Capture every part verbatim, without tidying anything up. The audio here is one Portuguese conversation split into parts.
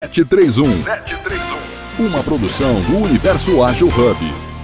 sete três um. Uma produção do Universo Ágil Hub.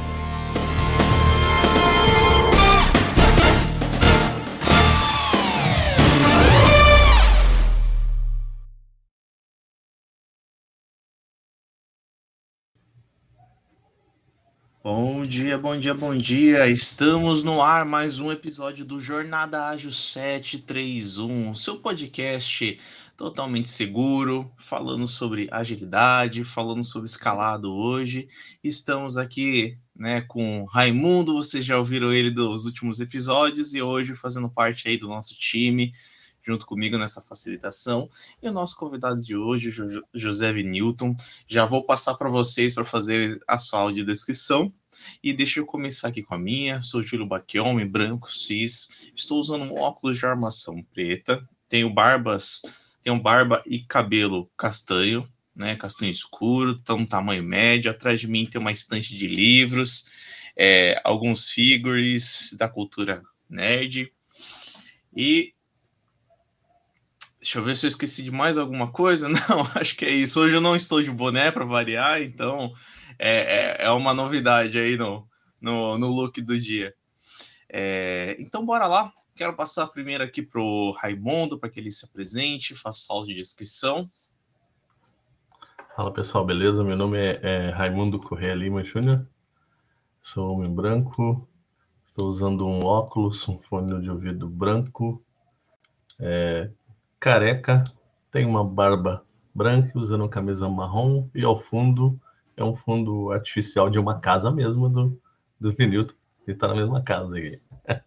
Bom dia, bom dia, bom dia. Estamos no ar mais um episódio do Jornada Ágil sete três um, seu podcast totalmente seguro, falando sobre agilidade, falando sobre escalado hoje. Estamos aqui, né, com Raimundo, vocês já ouviram ele dos últimos episódios e hoje fazendo parte aí do nosso time, junto comigo nessa facilitação. E o nosso convidado de hoje, José Newton. Já vou passar para vocês para fazer a sua audiodescrição. E deixa eu começar aqui com a minha. Sou Júlio Baquion, homem branco, cis. Estou usando um óculos de armação preta. Tenho barbas, tenho barba e cabelo castanho, né? Castanho escuro, tá um tamanho médio. Atrás de mim tem uma estante de livros, é, alguns figures da cultura nerd. E deixa eu ver se eu esqueci de mais alguma coisa. Não, acho que é isso. Hoje eu não estou de boné para variar, então é, é, é uma novidade aí no, no, no look do dia. É, então, bora lá. Quero passar primeiro aqui para o Raimundo, para que ele se apresente, faça a audiodescrição. Fala pessoal, beleza? Meu nome é, é Raimundo Correia Lima Júnior. Sou homem branco. Estou usando um óculos, um fone de ouvido branco. É, careca, tem uma barba branca, usando uma camisa marrom, e ao fundo é um fundo artificial de uma casa mesmo do, do Vinilton, que está na mesma casa aí.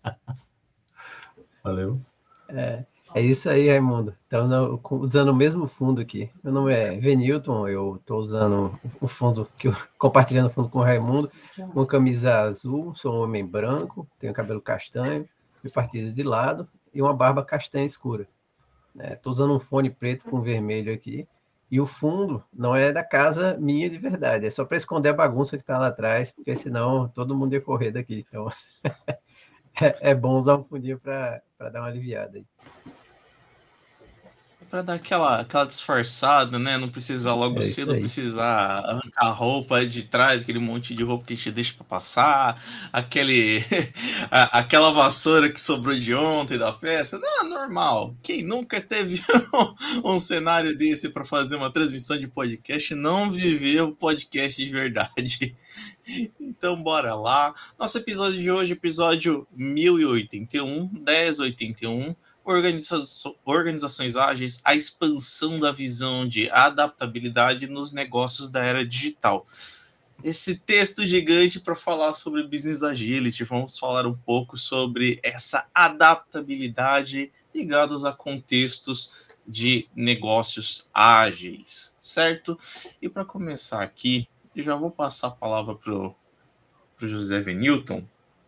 Valeu. É, é isso aí, Raimundo. Estamos usando o mesmo fundo aqui. Meu nome é Venilton, eu estou usando o fundo, que eu, compartilhando o fundo com o Raimundo, uma camisa azul, sou um homem branco, tenho cabelo castanho, meu partido de lado e uma barba castanha escura. Estou usando um fone preto com vermelho aqui. E o fundo não é da casa minha de verdade, é só para esconder a bagunça que está lá atrás, porque senão todo mundo ia correr daqui. Então, é, é bom usar um fundinho para dar uma aliviada aí. Para dar aquela, aquela disfarçada, né? Não precisar logo É cedo, precisar arrancar a roupa de trás, aquele monte de roupa que a gente deixa para passar, aquele, a, aquela vassoura que sobrou de ontem da festa. Não, normal. Quem nunca teve um, um cenário desse para fazer uma transmissão de podcast não viveu o podcast de verdade. Então, bora lá. Nosso episódio de hoje, episódio mil e oitenta e um, dez oitenta e um. Organizações ágeis, a expansão da visão de adaptabilidade nos negócios da era digital. Esse texto gigante para falar sobre Business Agility, vamos falar um pouco sobre essa adaptabilidade ligados a contextos de negócios ágeis, certo? E para começar aqui, eu já vou passar a palavra para o José Newton.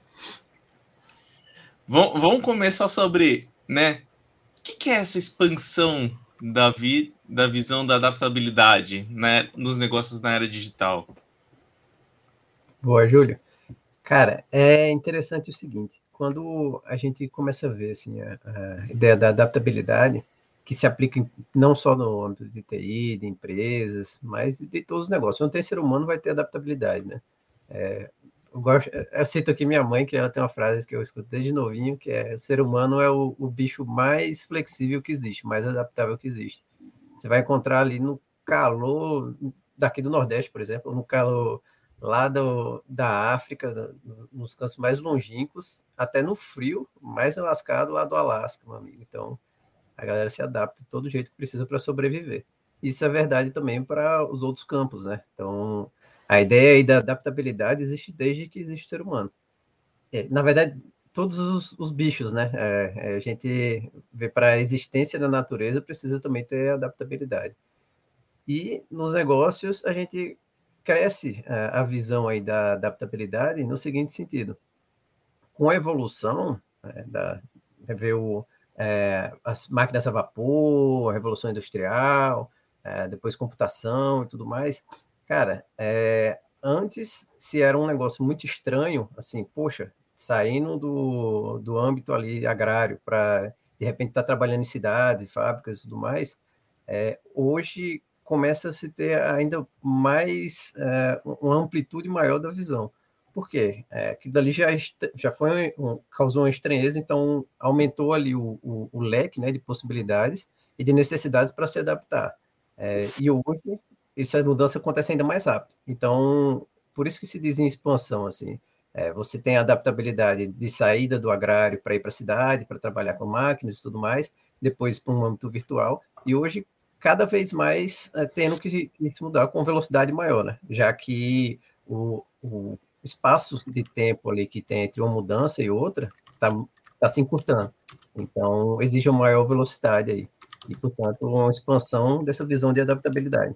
Vamos começar sobre, né, o que, que é essa expansão da, vi, da visão da adaptabilidade, né, nos negócios na era digital? Boa, Júlio. Cara, é interessante o seguinte, quando a gente começa a ver assim, a, a ideia da adaptabilidade, que se aplica em, não só no âmbito de T I, de empresas, mas de todos os negócios. Não tem ser humano, vai ter adaptabilidade, né? É, Eu, gosto, eu cito aqui minha mãe, que ela tem uma frase que eu escuto desde novinho, que é: o ser humano é o, o bicho mais flexível que existe, mais adaptável que existe. Você vai encontrar ali no calor daqui do Nordeste, por exemplo, no calor lá do, da África, nos cantos mais longínquos, até no frio mais lascado lá do Alasca, meu amigo. Então, a galera se adapta de todo jeito que precisa para sobreviver. Isso é verdade também para os outros campos, né? Então, a ideia aí da adaptabilidade existe desde que existe ser humano. É, na verdade, todos os, os bichos, né? É, a gente vê para a existência da natureza precisa também ter adaptabilidade. E nos negócios a gente cresce a, a visão aí da adaptabilidade no seguinte sentido: com a evolução, é, da, ver o, é, as máquinas a vapor, a revolução industrial, é, depois computação e tudo mais. Cara, é, antes, se era um negócio muito estranho, assim, poxa, saindo do, do âmbito ali agrário para, de repente, estar tá trabalhando em cidades, fábricas e tudo mais, é, hoje, começa a se ter ainda mais, é, uma amplitude maior da visão. Por quê? É, aquilo dali já, já foi um, causou uma estranheza, então aumentou ali o, o, o leque, né, de possibilidades e de necessidades para se adaptar. É, e hoje, essa mudança acontece ainda mais rápido. Então, por isso que se diz em expansão, assim, é, você tem a adaptabilidade de saída do agrário para ir para a cidade, para trabalhar com máquinas e tudo mais, depois para um âmbito virtual, e hoje, cada vez mais, é, tendo que, que se mudar com velocidade maior, né? Já que o, o espaço de tempo ali que tem entre uma mudança e outra está tá se encurtando. Então, exige uma maior velocidade aí. E, portanto, uma expansão dessa visão de adaptabilidade.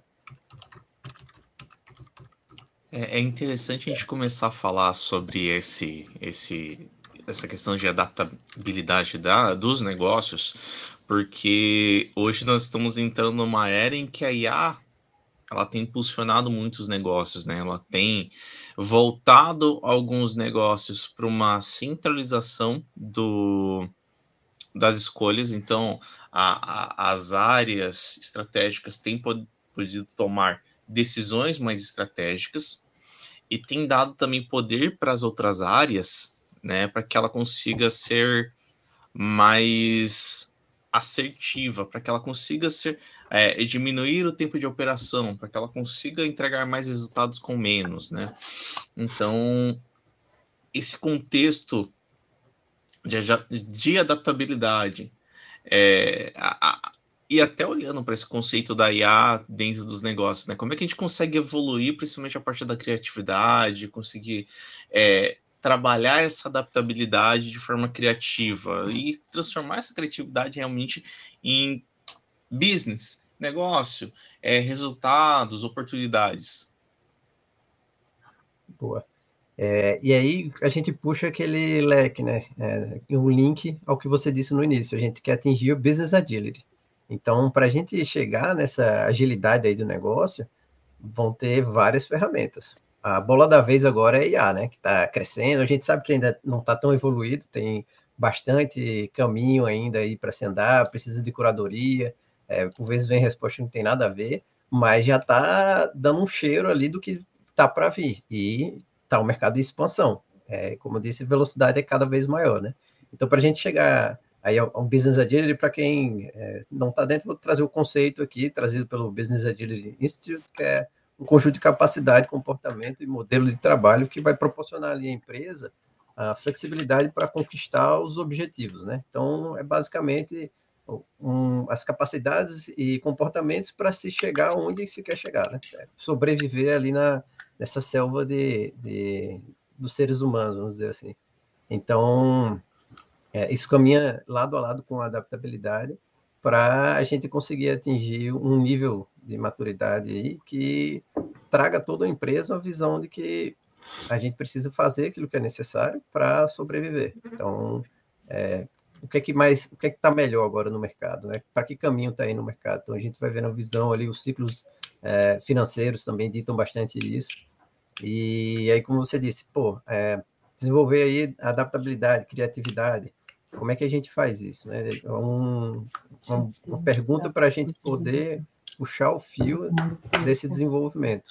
É, é interessante a gente começar a falar sobre esse, esse, essa questão de adaptabilidade da, dos negócios, porque hoje nós estamos entrando numa era em que a I A ela tem impulsionado muitos negócios, né? Ela tem voltado alguns negócios para uma centralização do, das escolhas. Então, a, a, as áreas estratégicas têm pod, podido tomar decisões mais estratégicas e tem dado também poder para as outras áreas, né? Para que ela consiga ser mais assertiva, para que ela consiga ser, é, diminuir o tempo de operação, para que ela consiga entregar mais resultados com menos, né? Então, esse contexto de, de adaptabilidade, é, a, a, e até olhando para esse conceito da I A dentro dos negócios, né? Como é que a gente consegue evoluir, principalmente a partir da criatividade, conseguir é, trabalhar essa adaptabilidade de forma criativa e transformar essa criatividade realmente em business, negócio, é, resultados, oportunidades. Boa. É, e aí a gente puxa aquele leque, né? É, um link ao que você disse no início. A gente quer atingir o business agility. Então, para a gente chegar nessa agilidade aí do negócio, vão ter várias ferramentas. A bola da vez agora é a I A, né? Que está crescendo. A gente sabe que ainda não está tão evoluído, tem bastante caminho ainda aí para se andar, precisa de curadoria. É, por vezes vem resposta que não tem nada a ver, mas já está dando um cheiro ali do que está para vir. E está o mercado de expansão. É, como eu disse, a velocidade é cada vez maior, né? Então, para a gente chegar aí ao, ao Business Agility, para quem é, não está dentro, vou trazer o conceito aqui, trazido pelo Business Agility Institute, que é um conjunto de capacidade, comportamento e modelo de trabalho que vai proporcionar ali à empresa a flexibilidade para conquistar os objetivos, né? Então, é basicamente um, as capacidades e comportamentos para se chegar onde se quer chegar, né? É sobreviver ali na, nessa selva de, de, dos seres humanos, vamos dizer assim. Então, é, isso caminha lado a lado com a adaptabilidade para a gente conseguir atingir um nível de maturidade aí que traga toda a empresa a visão de que a gente precisa fazer aquilo que é necessário para sobreviver. Então, é, o que é que mais, o que é que está melhor agora no mercado, né? Para que caminho está aí no mercado? Então, a gente vai vendo a visão ali, os ciclos é, financeiros também ditam bastante isso. E aí, como você disse, pô, é, desenvolver aí adaptabilidade, criatividade, como é que a gente faz isso, né? É um, uma, uma pergunta para a gente poder puxar o fio desse desenvolvimento.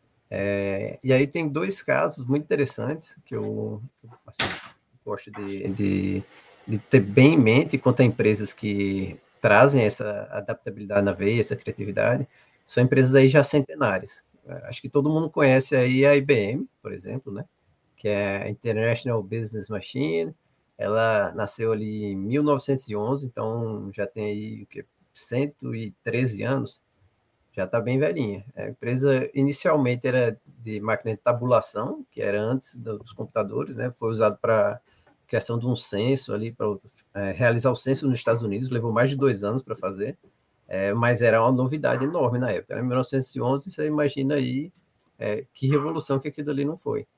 É, e aí tem dois casos muito interessantes que eu assim, gosto de, de, de ter bem em mente quanto a empresas que trazem essa adaptabilidade na veia, essa criatividade, são empresas aí já centenárias. Acho que todo mundo conhece aí a I B M, por exemplo, né? Que é a International Business Machine. Ela nasceu ali em mil novecentos e onze, então já tem aí o que, cento e treze anos, já está bem velhinha. A empresa inicialmente era de máquina de tabulação, que era antes dos computadores, né? Foi usado para criação de um censo ali, para é, realizar o censo nos Estados Unidos, levou mais de dois anos para fazer, é, mas era uma novidade enorme na época. Em mil novecentos e onze, você imagina aí é, que revolução que aquilo ali não foi.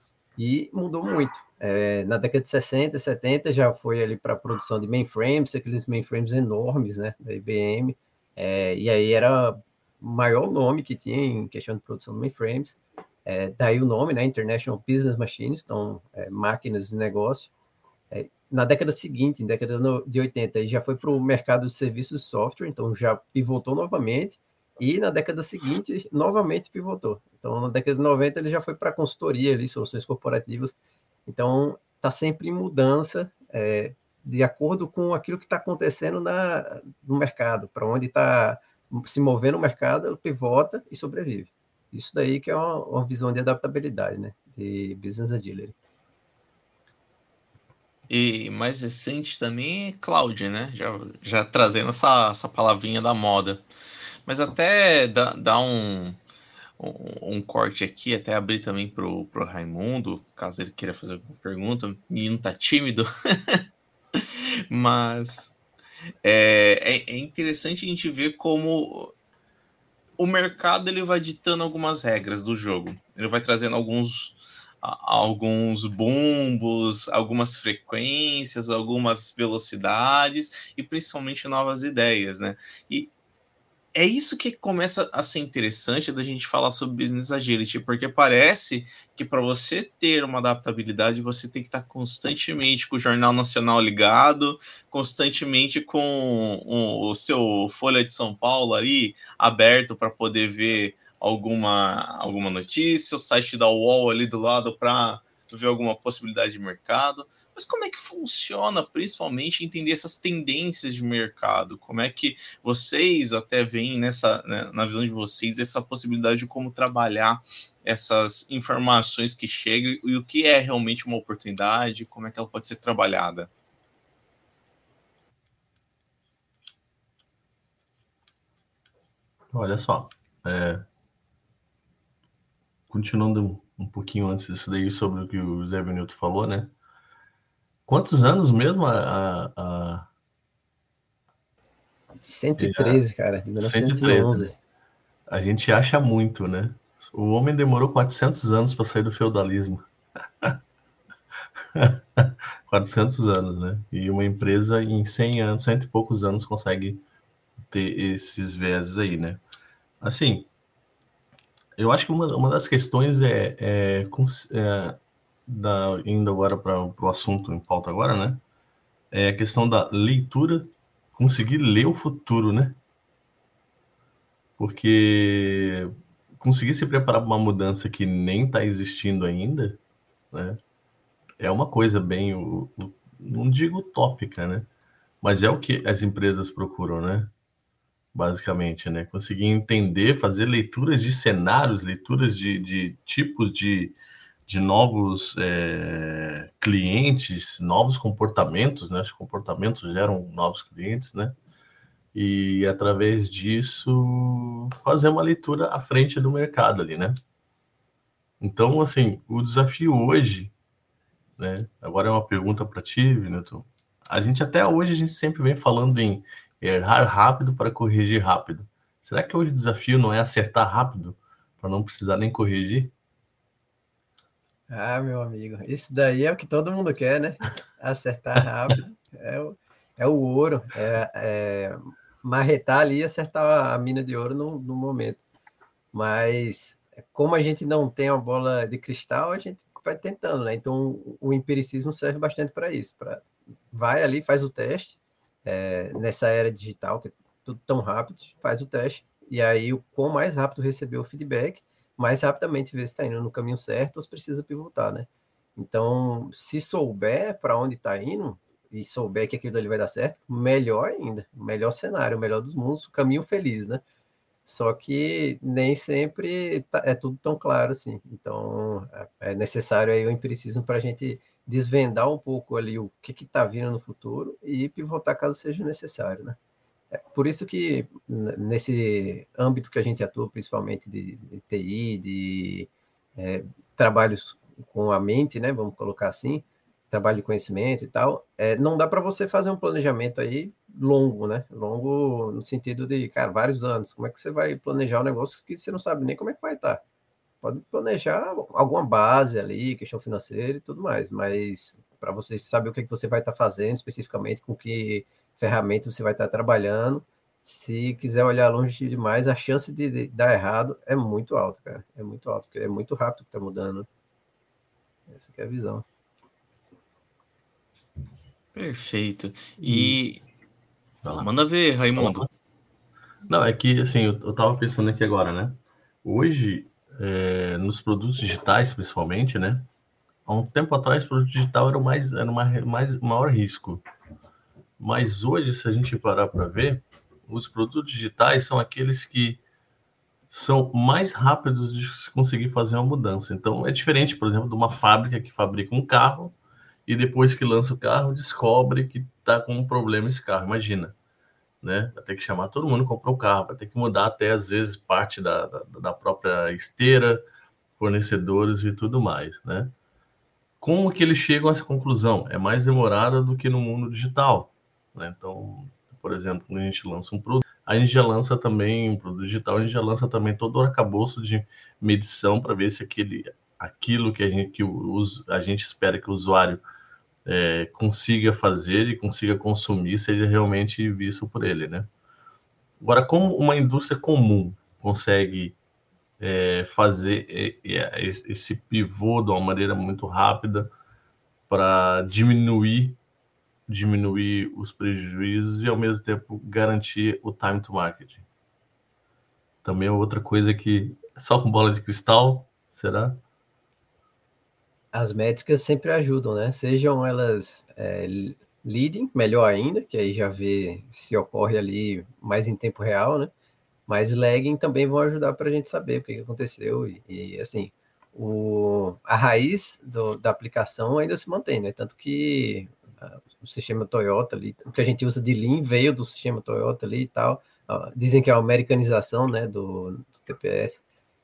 E mudou muito. É, na década de sessenta, setenta, já foi ali para a produção de mainframes, aqueles mainframes enormes, né, da I B M, é, e aí era o maior nome que tinha em questão de produção de mainframes, é, daí o nome, né, International Business Machines, então, é, máquinas de negócio. É, na década seguinte, em década de oitenta, aí já foi para o mercado de serviços de software, então já pivotou novamente, E na década seguinte, novamente pivotou. Então, na década de noventa, ele já foi para consultoria, ali, soluções corporativas. Então, está sempre em mudança, é, de acordo com aquilo que está acontecendo na, no mercado, para onde está se movendo o mercado, ele pivota e sobrevive. Isso daí que é uma, uma visão de adaptabilidade, né? De business agility. E mais recente também é cloud, né? Já, já trazendo essa, essa palavrinha da moda. Mas até dá, dá um, um, um corte aqui, até abrir também pro, pro Raimundo, caso ele queira fazer alguma pergunta. O menino tá tímido. Mas é, é, é interessante a gente ver como o mercado ele vai ditando algumas regras do jogo. Ele vai trazendo alguns, alguns bumbos, algumas frequências, algumas velocidades e principalmente novas ideias, né? E é isso que começa a ser interessante da gente falar sobre Business Agility, porque parece que para você ter uma adaptabilidade, você tem que estar constantemente com o Jornal Nacional ligado, constantemente com o seu Folha de São Paulo ali aberto para poder ver alguma, alguma notícia, o site da U O L ali do lado para ver alguma possibilidade de mercado. Mas como é que funciona, principalmente, entender essas tendências de mercado? Como é que vocês até veem nessa, né, na visão de vocês, essa possibilidade de como trabalhar essas informações que chegam e o que é realmente uma oportunidade, como é que ela pode ser trabalhada? Olha só, é, continuando um, um pouquinho antes disso daí, sobre o que o Zé Benilton falou, né? Quantos anos mesmo a... a, cento e treze, a, cara, de mil novecentos e onze. cento e treze. A gente acha muito, né? O homem demorou quatrocentos anos para sair do feudalismo. quatrocentos anos, né? E uma empresa em cem anos, cento e poucos anos consegue ter esses viéses aí, né? Assim, eu acho que uma, uma das questões é, é, é da, indo agora para o assunto em pauta agora, né? É a questão da leitura, conseguir ler o futuro, né? Porque conseguir se preparar para uma mudança que nem está existindo ainda, né? É uma coisa bem, o, o, não digo utópica, né? Mas é o que as empresas procuram, né? Basicamente, né? Conseguir entender, fazer leituras de cenários, leituras de, de tipos de, de novos é, clientes, novos comportamentos, né? Os comportamentos geram novos clientes, né? E através disso fazer uma leitura à frente do mercado ali, né? Então, assim, o desafio hoje, né? Agora é uma pergunta para ti, Vinícius. A gente até hoje a gente sempre vem falando em errar rápido para corrigir rápido. Será que hoje o desafio não é acertar rápido para não precisar nem corrigir? Ah, meu amigo, isso daí é o que todo mundo quer, né? Acertar rápido é o, é o ouro, é, é marretar ali e acertar a mina de ouro no, no momento. Mas como a gente não tem uma bola de cristal, a gente vai tentando, né? Então o empiricismo serve bastante para isso. Pra, vai ali, faz o teste, é, nessa era digital, que é tudo tão rápido, faz o teste, e aí o quão mais rápido receber o feedback, mais rapidamente ver se está indo no caminho certo ou se precisa pivotar, né? Então, se souber para onde está indo, e souber que aquilo ali vai dar certo, melhor ainda, melhor cenário, melhor dos mundos, caminho feliz, né? Só que nem sempre tá, é tudo tão claro assim. Então, é necessário aí o empiricismo para a gente desvendar um pouco ali o que está vindo no futuro e pivotar caso seja necessário, né? É por isso que nesse âmbito que a gente atua, principalmente de, de T I, de é, trabalhos com a mente, né? Vamos colocar assim, trabalho de conhecimento e tal, é, não dá para você fazer um planejamento aí longo, né? Longo no sentido de, cara, vários anos. Como é que você vai planejar um negócio que você não sabe nem como é que vai estar? Pode planejar alguma base ali, questão financeira e tudo mais, mas para você saber o que, é que você vai estar fazendo especificamente, com que ferramenta você vai estar trabalhando, se quiser olhar longe demais, a chance de, de dar errado é muito alta, cara. É muito alta, porque é muito rápido que está mudando. Essa que é a visão. Perfeito. E Vai lá. manda ver, Raimundo. Não, é que, assim, eu, eu tava pensando aqui agora, né? Hoje, é, nos produtos digitais, principalmente, né? Há um tempo atrás, o produto digital era o mais, era uma, mais, maior risco. Mas hoje, se a gente parar para ver, os produtos digitais são aqueles que são mais rápidos de se conseguir fazer uma mudança. Então, é diferente, por exemplo, de uma fábrica que fabrica um carro e depois que lança o carro, descobre que está com um problema esse carro. Imagina, né? Vai ter que chamar todo mundo que comprou o carro, vai ter que mudar até, às vezes, parte da, da, da própria esteira, fornecedores e tudo mais, né? Como que eles chegam a essa conclusão? É mais demorada do que no mundo digital, né? Então, por exemplo, quando a gente lança um produto, a gente já lança também, um produto digital, a gente já lança também todo o arcabouço de medição para ver se aquele, aquilo que a gente, que o, a gente espera que o usuário é, consiga fazer e consiga consumir seja realmente visto por ele, né? Agora, como uma indústria comum consegue é, fazer esse pivô de uma maneira muito rápida para diminuir diminuir os prejuízos e ao mesmo tempo garantir o time to market? Também é outra coisa que só com bola de cristal, será? As métricas sempre ajudam, né? Sejam elas é, leading, melhor ainda, que aí já vê se ocorre ali mais em tempo real, né? Mas lagging também vão ajudar para a gente saber o que, que aconteceu e, e assim, o, a raiz do, da aplicação ainda se mantém, né? Tanto que a, o sistema Toyota ali, o que a gente usa de Lean veio do sistema Toyota ali e tal. Dizem que é a americânização, né, do, do T P S.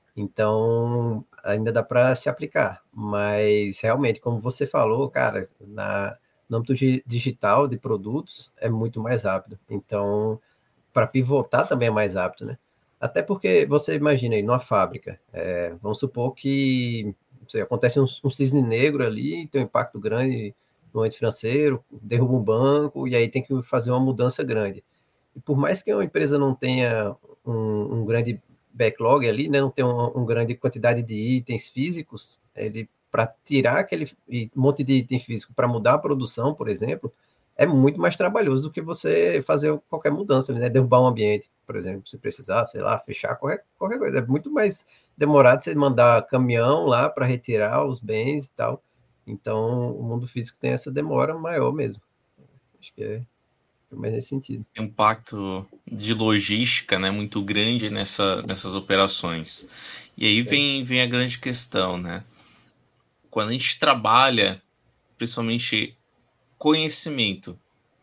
Então, ainda dá para se aplicar. Mas, realmente, como você falou, cara, na, no âmbito digital de produtos, é muito mais rápido. Então, para pivotar também é mais rápido, né? Até porque você imagina aí, numa fábrica, é, vamos supor que não sei, acontece um, um cisne negro ali, tem um impacto grande no ambiente financeiro, derruba um banco, e aí tem que fazer uma mudança grande. E por mais que uma empresa não tenha um, um grande backlog ali, né, não tenha uma, uma grande quantidade de itens físicos, ele para tirar aquele monte de item físico para mudar a produção, por exemplo, é muito mais trabalhoso do que você fazer qualquer mudança, né? Derrubar um ambiente, por exemplo, se precisar, sei lá, fechar qualquer, qualquer coisa. É muito mais demorado você mandar caminhão lá para retirar os bens e tal. Então, o mundo físico tem essa demora maior mesmo. Acho que é mais nesse sentido. Impacto de logística, né, muito grande nessa, nessas operações. E aí vem, vem a grande questão, né? Quando a gente trabalha, principalmente conhecimento,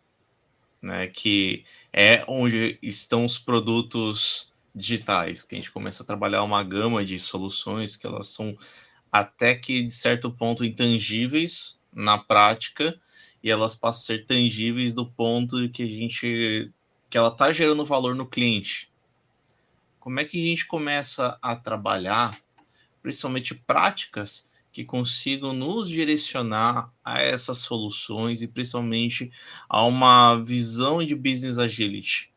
né, que é onde estão os produtos digitais, que a gente começa a trabalhar uma gama de soluções que elas são até que, de certo ponto, intangíveis na prática, e elas passam a ser tangíveis do ponto que a gente que ela está gerando valor no cliente. Como é que a gente começa a trabalhar, principalmente práticas que consigam nos direcionar a essas soluções e principalmente a uma visão de business agility?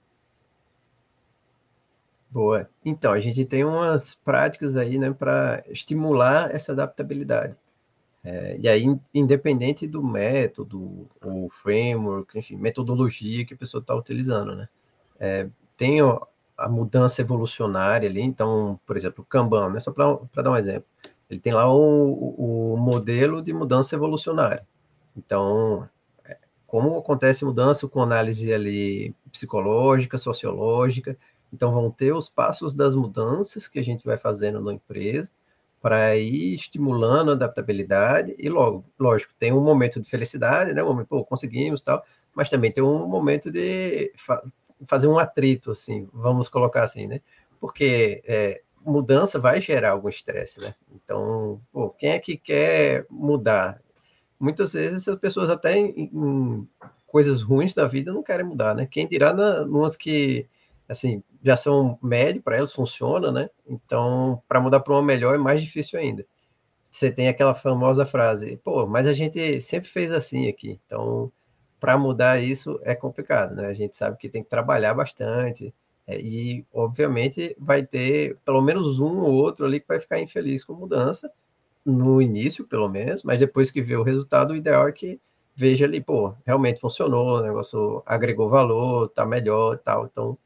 Boa. Então, a gente tem umas práticas aí, né, para estimular essa adaptabilidade. É, e aí, independente do método, ou framework, enfim, metodologia que a pessoa está utilizando, né? É, tem ó, a mudança evolucionária ali, então, por exemplo, o Kanban, né? Só para dar um exemplo. Ele tem lá o, o modelo de mudança evolucionária. Então, como acontece mudança com análise ali psicológica, sociológica, então vão ter os passos das mudanças que a gente vai fazendo na empresa, para ir estimulando a adaptabilidade, e logo, lógico, tem um momento de felicidade, né, um momento, pô, conseguimos, tal, mas também tem um momento de fa fazer um atrito, assim, vamos colocar assim, né, porque é, mudança vai gerar algum estresse, né, então, pô, quem é que quer mudar? Muitas vezes as pessoas até em, em coisas ruins da vida não querem mudar, né, quem dirá na, numas que, assim, já são médio para elas, funciona, né? Então, para mudar para uma melhor é mais difícil ainda. Você tem aquela famosa frase, pô, mas a gente sempre fez assim aqui. Então, para mudar isso é complicado, né? A gente sabe que tem que trabalhar bastante é, e, obviamente, vai ter pelo menos um ou outro ali que vai ficar infeliz com mudança, no início, pelo menos, mas depois que vê o resultado, o ideal é que veja ali, pô, realmente funcionou, o negócio agregou valor, tá melhor e tal. Então,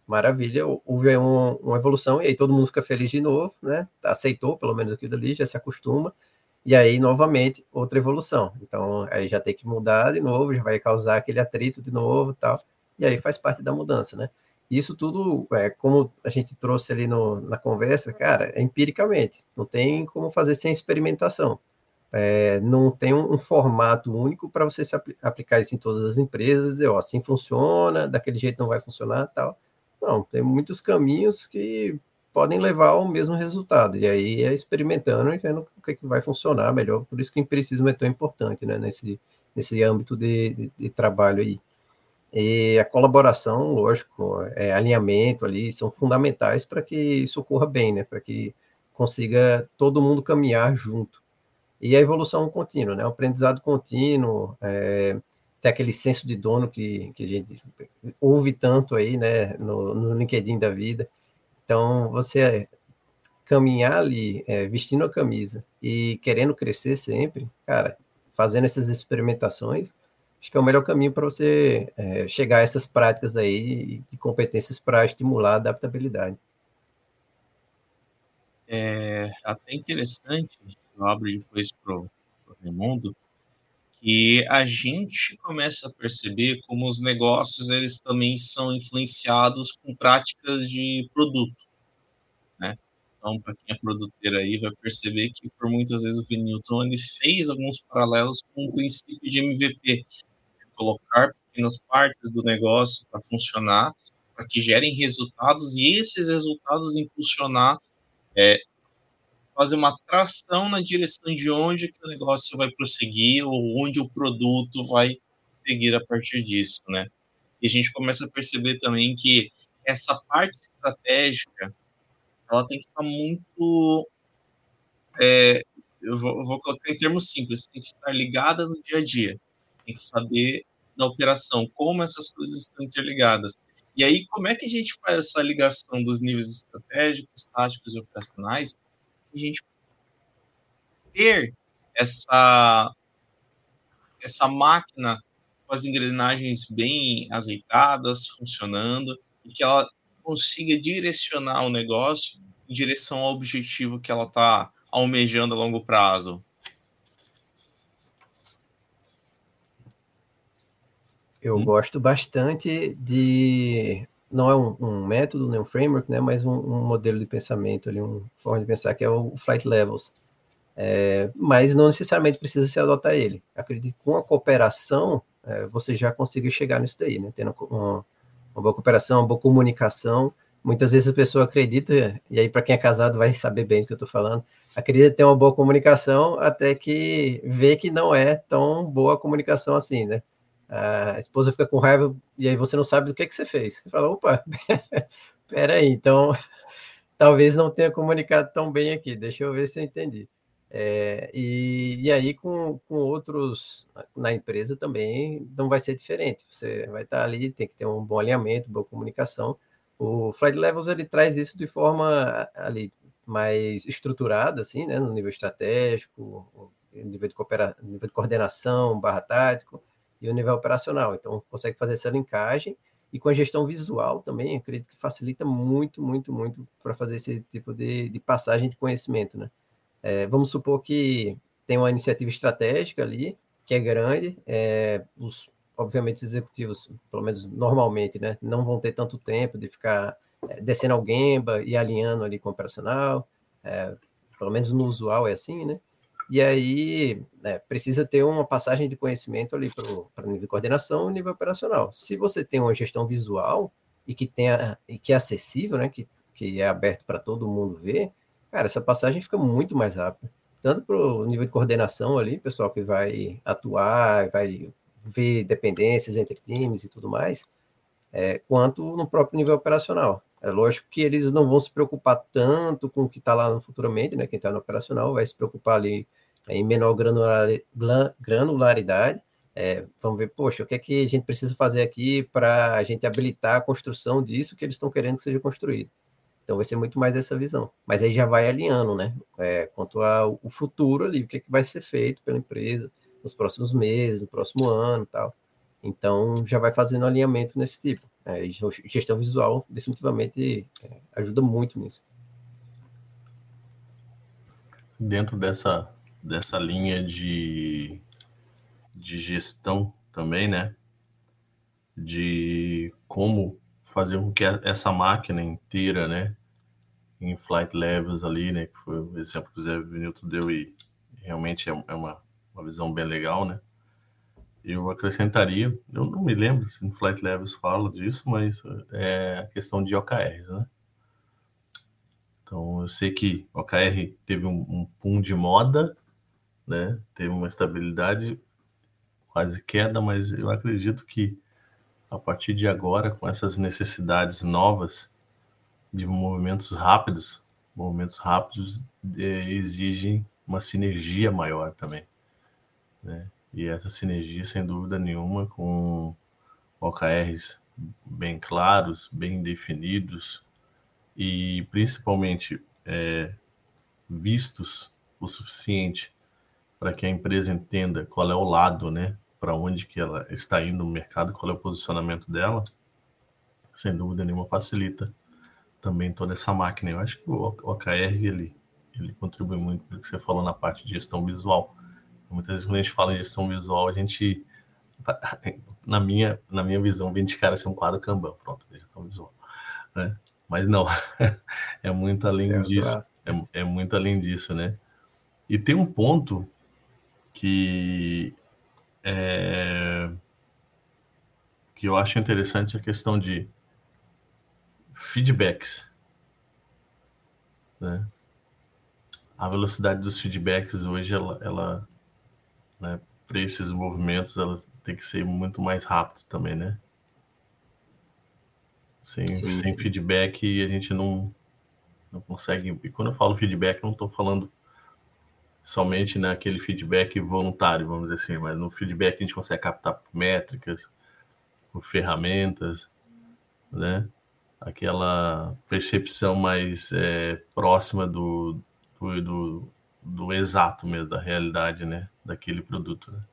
maravilha, houve um, uma evolução, e aí todo mundo fica feliz de novo, né? Aceitou, pelo menos aquilo ali, já se acostuma, e aí, novamente, outra evolução. Então, aí já tem que mudar de novo, já vai causar aquele atrito de novo e tal, e aí faz parte da mudança, né? E isso tudo, é, como a gente trouxe ali no, na conversa, cara, é empiricamente, não tem como fazer sem experimentação. É, não tem um, um formato único para você se apl- aplicar isso em todas as empresas, dizer, ó, assim funciona, daquele jeito não vai funcionar, tal. Não, tem muitos caminhos que podem levar ao mesmo resultado, e aí é experimentando e vendo o que, é que vai funcionar melhor, por isso que o empiricismo é tão importante, né, nesse, nesse âmbito de, de, de trabalho aí. E a colaboração, lógico, é, alinhamento ali, são fundamentais para que isso ocorra bem, né, para que consiga todo mundo caminhar junto. E a evolução contínua, né? O aprendizado contínuo, é, ter aquele senso de dono que, que a gente ouve tanto aí, né? No, no LinkedIn da vida. Então, você caminhar ali, é, vestindo a camisa e querendo crescer sempre, cara, fazendo essas experimentações, acho que é o melhor caminho para você é, chegar a essas práticas aí de competências para estimular a adaptabilidade. É até interessante, eu abro depois pro, pro Raimundo, que a gente começa a perceber como os negócios eles também são influenciados com práticas de produto, né? Então, para quem é produtor aí, vai perceber que por muitas vezes o Newton ele fez alguns paralelos com o princípio de M V P, de colocar pequenas partes do negócio para funcionar, para que gerem resultados e esses resultados impulsionar, é, fazer uma tração na direção de onde que o negócio vai prosseguir ou onde o produto vai seguir a partir disso, né? E a gente começa a perceber também que essa parte estratégica, ela tem que estar muito, é, eu, vou, eu vou colocar em termos simples, tem que estar ligada no dia a dia, tem que saber da operação, como essas coisas estão interligadas. E aí, como é que a gente faz essa ligação dos níveis estratégicos, táticos e operacionais, a gente ter essa, essa máquina com as engrenagens bem azeitadas, funcionando, e que ela consiga direcionar o negócio em direção ao objetivo que ela está almejando a longo prazo. Eu hum. gosto bastante de... Não é um, um método, nem um framework, né, mas um, um modelo de pensamento, ali, uma forma de pensar, que é o Flight Levels. É, mas não necessariamente precisa se adotar ele. Acredito que com a cooperação, é, você já consiga chegar nisso daí, né? Tendo uma, uma boa cooperação, uma boa comunicação. Muitas vezes a pessoa acredita, e aí para quem é casado vai saber bem do que eu estou falando, acredita ter uma boa comunicação até que vê que não é tão boa a comunicação assim, né? A esposa fica com raiva e aí você não sabe do que, que você fez. Você fala, opa, peraí, então talvez não tenha comunicado tão bem aqui, deixa eu ver se eu entendi. É, e, e aí com, com outros na empresa também não vai ser diferente. Você vai estar ali, tem que ter um bom alinhamento, boa comunicação. O Flight Levels ele traz isso de forma ali mais estruturada, assim, né, no nível estratégico, nível de, coopera, nível de coordenação, barra tático e o nível operacional. Então consegue fazer essa linkagem. E com a gestão visual também, acredito que facilita muito, muito, muito para fazer esse tipo de, de passagem de conhecimento, né? É, vamos supor que tem uma iniciativa estratégica ali, que é grande, é, os, obviamente, os executivos, pelo menos normalmente, né, não vão ter tanto tempo de ficar é, descendo ao Gemba e alinhando ali com o operacional, é, pelo menos no usual é assim, né? E aí é, precisa ter uma passagem de conhecimento ali para o nível de coordenação e nível operacional. Se você tem uma gestão visual e que, tenha, e que é acessível, né, que, que é aberto para todo mundo ver, cara, essa passagem fica muito mais rápida. Tanto para o nível de coordenação ali, pessoal que vai atuar, vai ver dependências entre times e tudo mais, é, quanto no próprio nível operacional. É lógico que eles não vão se preocupar tanto com o que está lá no futuramente, né? Quem está no operacional vai se preocupar ali é, em menor granularidade. É, vamos ver, poxa, o que é que a gente precisa fazer aqui para a gente habilitar a construção disso que eles estão querendo que seja construído. Então vai ser muito mais essa visão. Mas aí já vai alinhando, né? É, quanto ao futuro ali, o que, é que vai ser feito pela empresa nos próximos meses, no próximo ano e tal. Então já vai fazendo alinhamento nesse tipo. É, gestão visual definitivamente é, ajuda muito nisso. Dentro dessa, dessa linha de, de gestão também, né? De como fazer com que essa máquina inteira, né? Em flight levels ali, né? Que foi o exemplo que o Zé Vinilton deu e realmente é, é uma, uma visão bem legal, né? Eu acrescentaria, eu não me lembro se no Flight Levels fala disso, mas é a questão de O K Rs, né? Então, eu sei que O K R teve um, um boom de moda, né? Teve uma estabilidade, quase queda, mas eu acredito que a partir de agora, com essas necessidades novas de movimentos rápidos, movimentos rápidos é, exigem uma sinergia maior também, né? E essa sinergia, sem dúvida nenhuma, com O K Rs bem claros, bem definidos e principalmente é, vistos o suficiente para que a empresa entenda qual é o lado, né, para onde que ela está indo no mercado, qual é o posicionamento dela, sem dúvida nenhuma facilita também toda essa máquina. Eu acho que o O K R ele, ele contribui muito pelo que você falou na parte de gestão visual. Muitas vezes quando a gente fala em gestão visual, a gente, na minha, na minha visão, vem de cara ser um quadro Kanban, pronto, gestão visual, né? Mas não, é muito além é disso, é, é muito além disso, né? E tem um ponto que é, que eu acho interessante, a questão de feedbacks, né? A velocidade dos feedbacks hoje, ela, ela né, para esses movimentos, ela tem que ser muito mais rápido também, né? Sem, sim, sem sim. feedback, a gente não, não consegue... E quando eu falo feedback, eu não estou falando somente naquele feedback voluntário, vamos dizer assim, mas no feedback a gente consegue captar por métricas, por ferramentas, né? Aquela percepção mais é, próxima do, do, do, do exato mesmo, da realidade, né? Daquele produto, né?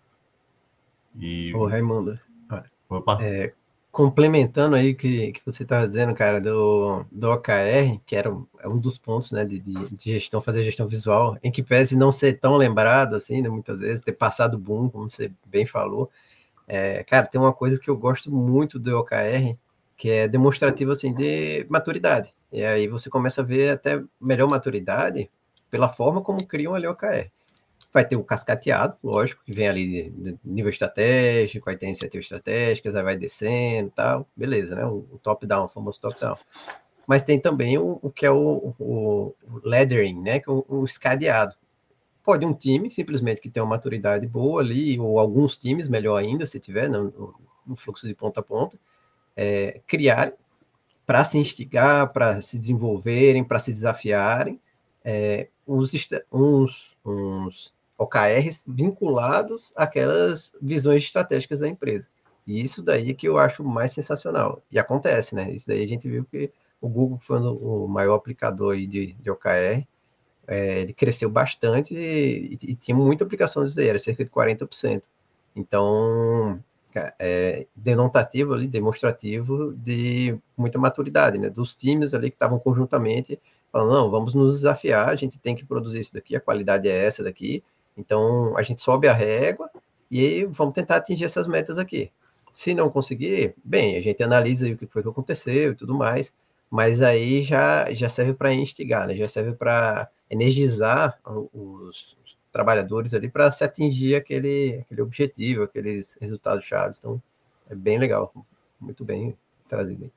E... Ô, Raimundo, Opa. É, complementando aí o que, que você estava dizendo, cara, do, do O K R, que era um, um dos pontos, né, de, de, de gestão, fazer gestão visual, em que pese não ser tão lembrado, assim, né, muitas vezes, ter passado boom, como você bem falou, é, cara, tem uma coisa que eu gosto muito do O K R, que é demonstrativo, assim, de maturidade. E aí você começa a ver até melhor maturidade pela forma como criam ali o O K R. Vai ter o cascateado, lógico, que vem ali de, de nível estratégico, aí tem iniciativas estratégicas, aí vai descendo e tal, beleza, né? O, o top-down, o famoso top-down. Mas tem também o, o que é o, o, o lettering, né? Que é o, o escadeado. Pode um time, simplesmente, que tem uma maturidade boa ali, ou alguns times, melhor ainda, se tiver, no, no fluxo de ponta a ponta, é, criar para se instigar, para se desenvolverem, para se desafiarem, é, uns, uns, uns O K Rs vinculados àquelas visões estratégicas da empresa. E isso daí que eu acho mais sensacional. E acontece, né? Isso daí a gente viu que o Google, que foi o maior aplicador aí de, de O K R, é, ele cresceu bastante e, e, e tinha muita aplicação disso aí, era cerca de quarenta por cento. Então, é denotativo ali, demonstrativo de muita maturidade, né? Dos times ali que estavam conjuntamente falando, não, vamos nos desafiar, a gente tem que produzir isso daqui, a qualidade é essa daqui, então a gente sobe a régua e vamos tentar atingir essas metas aqui. Se não conseguir, bem, a gente analisa aí o que foi que aconteceu e tudo mais, mas aí já, já serve para instigar, né? Já serve para energizar os, os trabalhadores ali para se atingir aquele, aquele objetivo, aqueles resultados chaves. Então, é bem legal, muito bem trazido.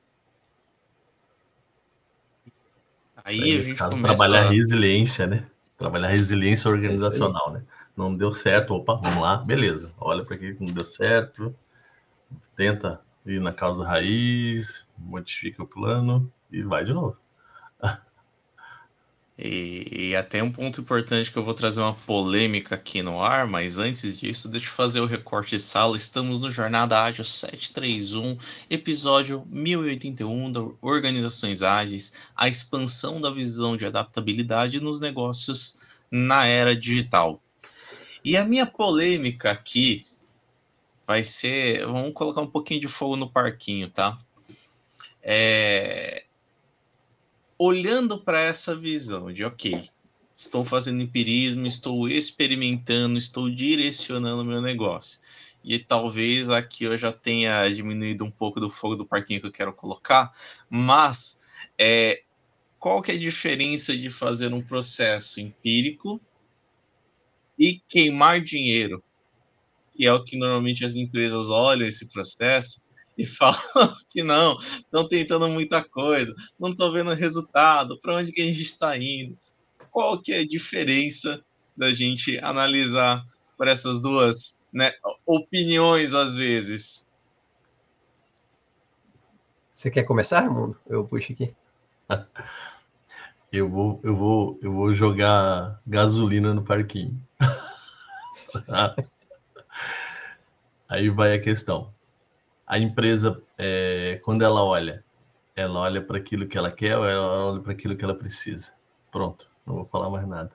Aí a gente caso, começa... Trabalhar resiliência, né? Trabalhar resiliência organizacional, é né? Não deu certo, opa, vamos lá, beleza. Olha para aquilo que não deu certo, tenta ir na causa raiz, modifica o plano e vai de novo. E, e até um ponto importante que eu vou trazer uma polêmica aqui no ar, mas antes disso, deixa eu fazer o recorte de sala. Estamos no Jornada Ágil setecentos e trinta e um, episódio mil e oitenta e um da Organizações Ágeis, a expansão da visão de adaptabilidade nos negócios na era digital. E a minha polêmica aqui vai ser, vamos colocar um pouquinho de fogo no parquinho, tá? É... Olhando para essa visão de, ok, estou fazendo empirismo, estou experimentando, estou direcionando o meu negócio. E talvez aqui eu já tenha diminuído um pouco do fogo do parquinho que eu quero colocar, mas é, qual que é a diferença de fazer um processo empírico e queimar dinheiro? Que é o que normalmente as empresas olham esse processo e falam que não, estão tentando muita coisa, não estão vendo resultado, para onde que a gente está indo? Qual que é a diferença da gente analisar por essas duas, né, opiniões às vezes? Você quer começar, Raimundo? Eu puxo aqui. Eu vou, eu vou, eu vou jogar gasolina no parquinho. Aí vai a questão. A empresa, é, quando ela olha, ela olha para aquilo que ela quer ou ela olha para aquilo que ela precisa? Pronto, não vou falar mais nada.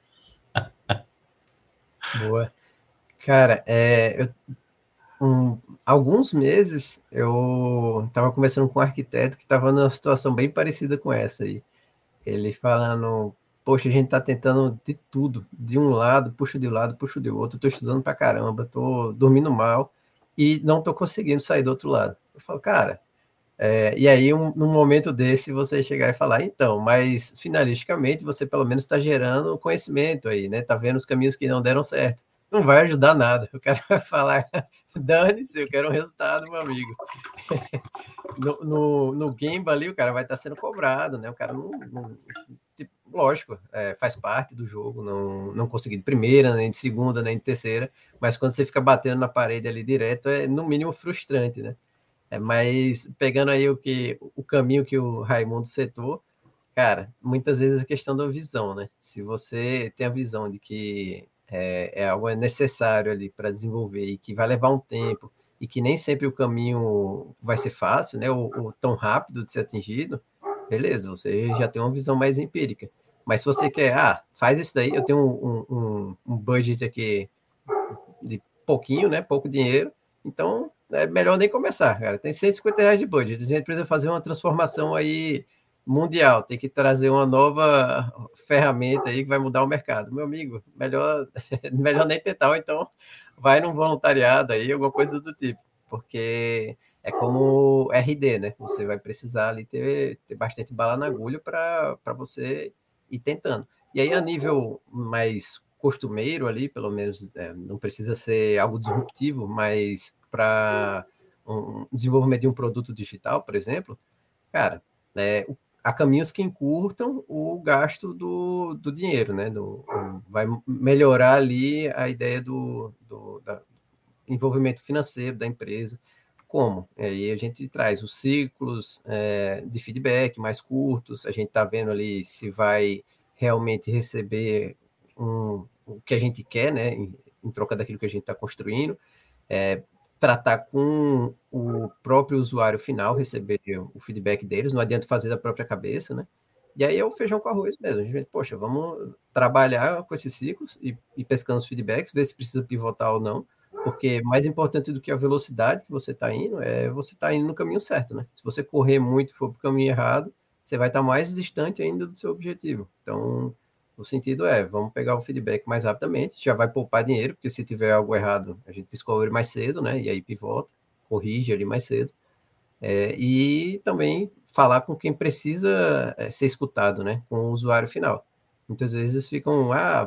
Boa. Cara, é, eu, um, alguns meses eu estava conversando com um arquiteto que estava numa situação bem parecida com essa aí. Ele falando, poxa, a gente está tentando de tudo, de um lado, puxa de um lado, puxa de outro, estou estudando pra caramba, estou dormindo mal e não estou conseguindo sair do outro lado. Eu falo, cara, é, e aí um, num momento desse você chegar e falar, então, mas finalisticamente você pelo menos está gerando conhecimento aí, né? Tá vendo os caminhos que não deram certo. Não vai ajudar nada. O cara vai falar, dane-se, eu quero um resultado, meu amigo. No, no, no Gemba ali, o cara vai estar sendo cobrado, né? O cara não. não tipo, lógico, é, faz parte do jogo, não, não conseguir de primeira, nem de segunda, nem de terceira, mas quando você fica batendo na parede ali direto, é no mínimo frustrante, né? É, mas pegando aí o, que, o caminho que o Raimundo setou, cara, muitas vezes a questão da visão, né? Se você tem a visão de que é, é algo necessário ali para desenvolver e que vai levar um tempo e que nem sempre o caminho vai ser fácil, né? Ou, ou tão rápido de ser atingido, beleza, você já tem uma visão mais empírica. Mas se você quer, ah, faz isso daí, eu tenho um, um, um budget aqui de pouquinho, né? Pouco dinheiro, então é melhor nem começar, cara. Tem cento e cinquenta reais de budget, a gente precisa fazer uma transformação aí mundial, tem que trazer uma nova ferramenta aí que vai mudar o mercado. Meu amigo, melhor, melhor nem tentar, ou então vai num voluntariado aí, alguma coisa do tipo, porque é como R D, né? Você vai precisar ali ter, ter bastante bala na agulha para você ir tentando. E aí, a nível mais costumeiro ali, pelo menos, é, não precisa ser algo disruptivo, mas para um desenvolvimento de um produto digital, por exemplo, cara, é, há caminhos que encurtam o gasto do, do dinheiro, né? Do, vai melhorar ali a ideia do, do da envolvimento financeiro da empresa. Como? E aí a gente traz os ciclos é, de feedback mais curtos, a gente está vendo ali se vai realmente receber um, o que a gente quer, né? Em, em troca daquilo que a gente está construindo. É, tratar com o próprio usuário final, receber o feedback deles, não adianta fazer da própria cabeça, né? E aí é o feijão com arroz mesmo. A gente, poxa, vamos trabalhar com esses ciclos e, e pescando os feedbacks, ver se precisa pivotar ou não, porque mais importante do que a velocidade que você está indo é você estar tá indo no caminho certo, né? Se você correr muito e for para o caminho errado, você vai estar tá mais distante ainda do seu objetivo. Então, o sentido é, vamos pegar o feedback mais rapidamente, já vai poupar dinheiro, porque se tiver algo errado, a gente descobre mais cedo, né? E aí pivota, corrige ali mais cedo. É, e também falar com quem precisa é, ser escutado, né? Com o usuário final. Muitas vezes ficam, ah,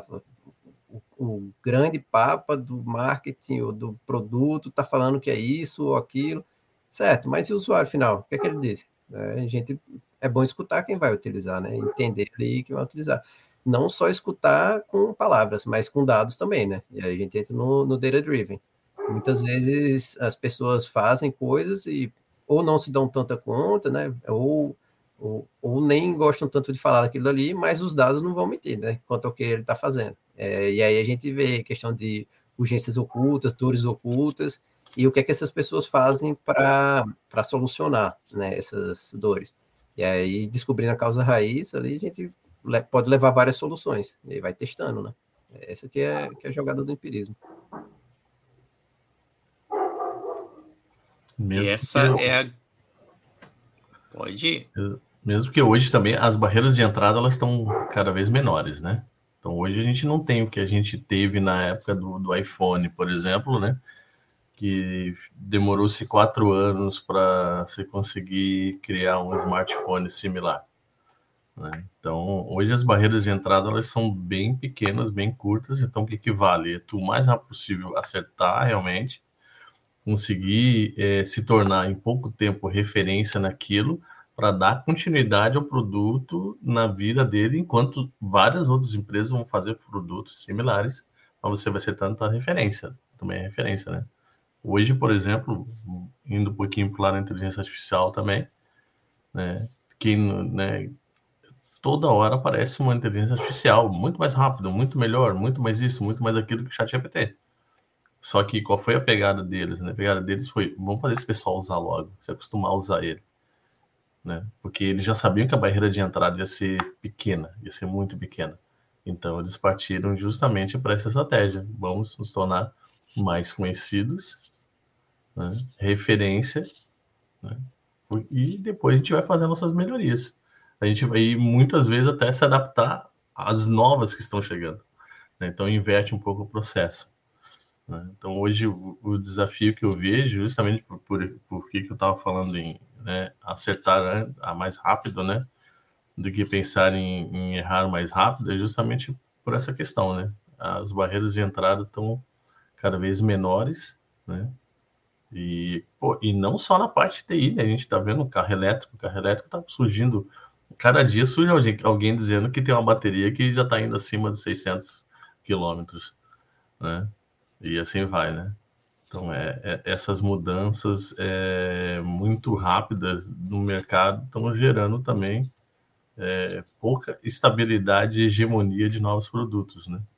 o, o grande papa do marketing ou do produto está falando que é isso ou aquilo, certo, mas e o usuário final? O que é que ele disse? É, a gente, é bom escutar quem vai utilizar, né? Entender ali quem vai utilizar. Não só escutar com palavras, mas com dados também, né? E aí a gente entra no, no data-driven. Muitas vezes as pessoas fazem coisas e ou não se dão tanta conta, né? Ou, ou, ou nem gostam tanto de falar daquilo ali, mas os dados não vão mentir, né? Quanto ao que ele está fazendo. É, e aí a gente vê questão de urgências ocultas, dores ocultas, e o que é que essas pessoas fazem para solucionar, né, essas dores. E aí, descobrindo a causa raiz, ali a gente pode levar várias soluções, e aí vai testando, né? Essa que é, que é a jogada do empirismo. Mesmo essa é a... Pode ir. Mesmo que hoje também as barreiras de entrada elas estão cada vez menores, né? Então hoje a gente não tem o que a gente teve na época do, do iPhone, por exemplo, né? Que demorou-se quatro anos para você conseguir criar um smartphone similar, né? Então hoje as barreiras de entrada elas são bem pequenas, bem curtas. Então o que, que vale? É tu o mais rápido possível acertar realmente, conseguir é, se tornar em pouco tempo referência naquilo, para dar continuidade ao produto na vida dele, enquanto várias outras empresas vão fazer produtos similares, mas você vai ser tanta referência, também é referência, né? Hoje, por exemplo, indo um pouquinho para o lado da inteligência artificial também, né, que, né, toda hora aparece uma inteligência artificial muito mais rápida, muito melhor, muito mais isso, muito mais aquilo que o ChatGPT. Só que qual foi a pegada deles, né? A pegada deles foi, vamos fazer esse pessoal usar logo, se acostumar a usar ele, né? Porque eles já sabiam que a barreira de entrada ia ser pequena, ia ser muito pequena. Então eles partiram justamente para essa estratégia. Vamos nos tornar mais conhecidos, né? Referência, né? E depois a gente vai fazendo nossas melhorias. A gente vai muitas vezes até se adaptar às novas que estão chegando, né? Então inverte um pouco o processo, né? Então hoje o, o desafio que eu vejo, justamente por, por, por que, que eu estava falando em, né, acertar a mais rápido, né, do que pensar em, em errar mais rápido, é justamente por essa questão, né? As barreiras de entrada estão cada vez menores, né? E, pô, e não só na parte de T I, né? A gente está vendo o carro elétrico, o carro elétrico está surgindo, cada dia surge alguém, alguém dizendo que tem uma bateria que já está indo acima de seiscentos quilômetros, né? E assim vai, né? Então, é, é, essas mudanças é, muito rápidas no mercado estão gerando também é, pouca estabilidade e hegemonia de novos produtos, né?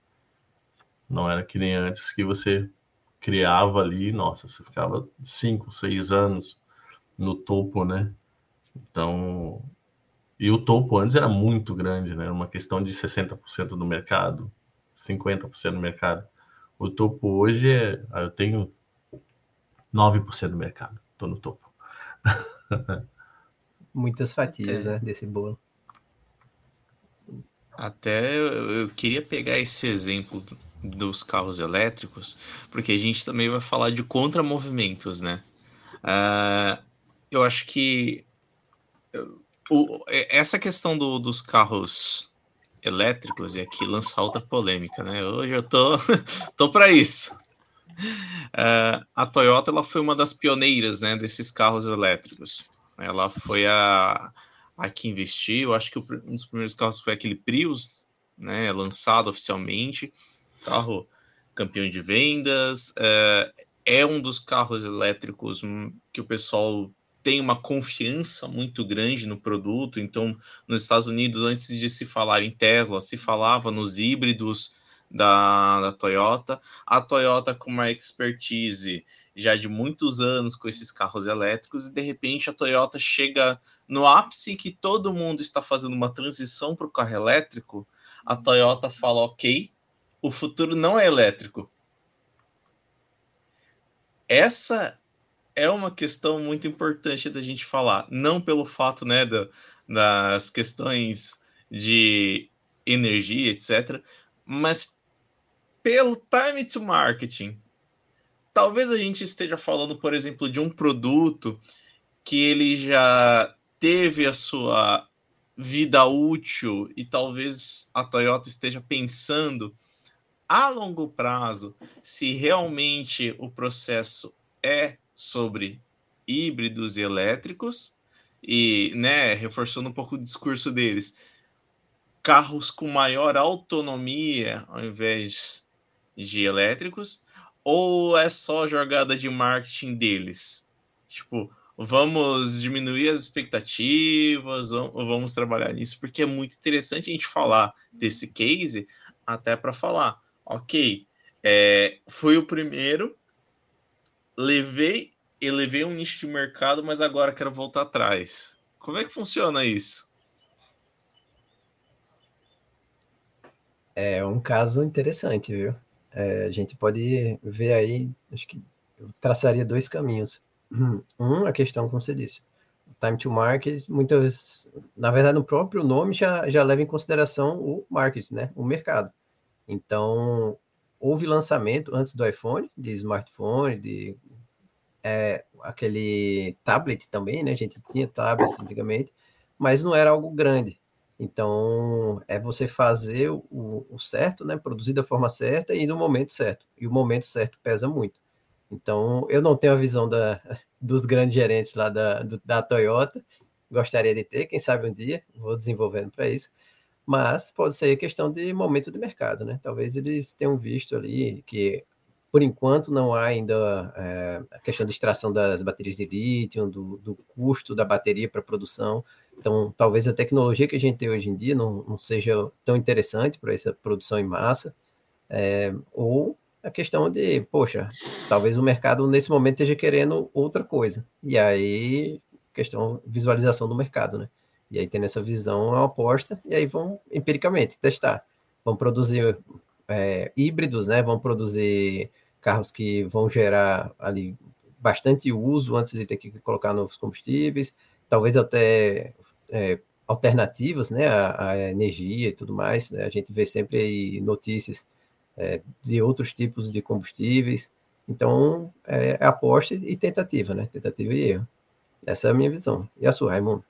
Não era que nem antes que você criava ali, nossa, você ficava cinco, seis anos no topo, né? Então, e o topo antes era muito grande, né? Era uma questão de sessenta por cento do mercado, cinquenta por cento do mercado. O topo hoje é, eu tenho nove por cento do mercado, tô no topo. Muitas fatias, É. né, desse bolo. Até eu, eu queria pegar esse exemplo do- dos carros elétricos, porque a gente também vai falar de contramovimentos, né? Ah, eu acho que eu- o- é- essa questão do- dos carros elétricos, e aqui lançar outra polêmica, né? Hoje eu tô, tô para isso. Ah, a Toyota ela foi uma das pioneiras, né, desses carros elétricos. Ela foi a, a que investiu. Acho que o pr- um dos primeiros carros foi aquele Prius, né, lançado oficialmente. Carro campeão de vendas. É, é um dos carros elétricos hum, que o pessoal tem uma confiança muito grande no produto. Então, nos Estados Unidos, antes de se falar em Tesla, se falava nos híbridos da, da Toyota. A Toyota com uma expertise já de muitos anos com esses carros elétricos, e de repente a Toyota chega no ápice que todo mundo está fazendo uma transição para o carro elétrico. A Toyota fala, ok, o futuro não é elétrico. Essa é uma questão muito importante da gente falar, não pelo fato, né, da, das questões de energia, etcétera, mas pelo time to marketing. Talvez a gente esteja falando, por exemplo, de um produto que ele já teve a sua vida útil, e talvez a Toyota esteja pensando a longo prazo se realmente o processo é sobre híbridos e elétricos, e, né, reforçando um pouco o discurso deles, carros com maior autonomia ao invés de elétricos, ou é só jogada de marketing deles? Tipo, vamos diminuir as expectativas, ou vamos trabalhar nisso, porque é muito interessante a gente falar desse case, até para falar, ok, é, fui o primeiro, levei, elevei um nicho de mercado, mas agora quero voltar atrás. Como é que funciona isso? É um caso interessante, viu? É, a gente pode ver aí, acho que eu traçaria dois caminhos. Um, a questão, como você disse, time to market, muitas, na verdade, no próprio nome já, já leva em consideração o market, né? O mercado. Então, houve lançamento antes do iPhone, de smartphone, de é, aquele tablet também, né? A gente tinha tablet antigamente, mas não era algo grande. Então, é você fazer o, o certo, né? Produzir da forma certa e no momento certo. E o momento certo pesa muito. Então, eu não tenho a visão da, dos grandes gerentes lá da, do, da Toyota. Gostaria de ter, quem sabe um dia, vou desenvolvendo para isso. Mas pode ser questão de momento de mercado, né? Talvez eles tenham visto ali que, por enquanto, não há ainda é, a questão de extração das baterias de lítio, do, do custo da bateria para produção. Então, talvez a tecnologia que a gente tem hoje em dia não, não seja tão interessante para essa produção em massa. É, ou a questão de, poxa, talvez o mercado nesse momento esteja querendo outra coisa. E aí, questão visualização do mercado, né? E aí, tendo essa visão, é uma aposta, e aí vão empiricamente testar. Vão produzir é, híbridos, né? Vão produzir carros que vão gerar ali bastante uso antes de ter que colocar novos combustíveis, talvez até é, alternativas, né? A, a energia e tudo mais, né? A gente vê sempre aí notícias É, de outros tipos de combustíveis. Então, é, é aposta e tentativa, né? Tentativa e erro. Essa é a minha visão. E a sua, Raimundo?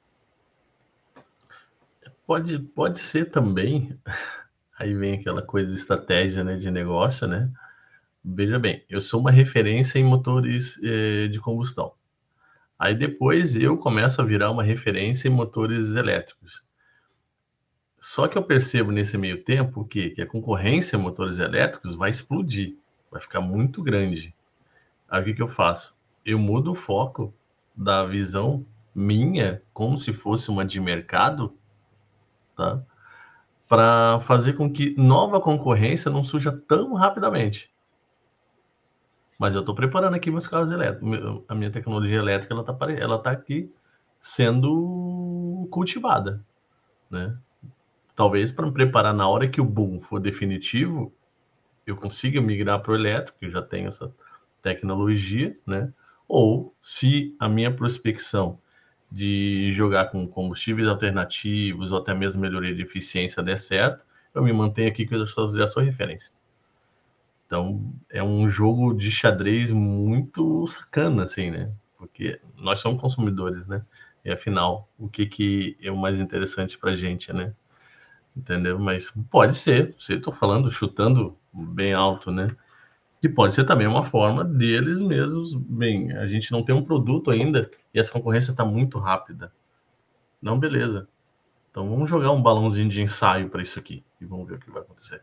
Pode, pode ser também, aí vem aquela coisa de estratégia, né, de negócio, né? Veja bem, eu sou uma referência em motores eh, de combustão. Aí depois eu começo a virar uma referência em motores elétricos. Só que eu percebo nesse meio tempo que, que a concorrência em motores elétricos vai explodir, vai ficar muito grande. Aí o que, que eu faço? Eu mudo o foco da visão minha, como se fosse uma de mercado, tá? Para fazer com que nova concorrência não surja tão rapidamente. Mas eu estou preparando aqui meus carros elétricos. A minha tecnologia elétrica ela está ela tá aqui sendo cultivada, né? Talvez para me preparar na hora que o boom for definitivo, eu consiga migrar para o elétrico, eu já tenho essa tecnologia, né? Ou se a minha prospecção de jogar com combustíveis alternativos ou até mesmo melhoria de eficiência der certo, eu me mantenho aqui que eu já sou, já sou referência. Então, é um jogo de xadrez muito sacana, assim, né? Porque nós somos consumidores, né? E afinal, o que, que é o mais interessante para a gente, né? Entendeu? Mas pode ser, se eu tô falando, chutando bem alto, né? Que pode ser também uma forma deles mesmos, bem, a gente não tem um produto ainda e essa concorrência está muito rápida. Não, beleza. Então vamos jogar um balãozinho de ensaio para isso aqui e vamos ver o que vai acontecer.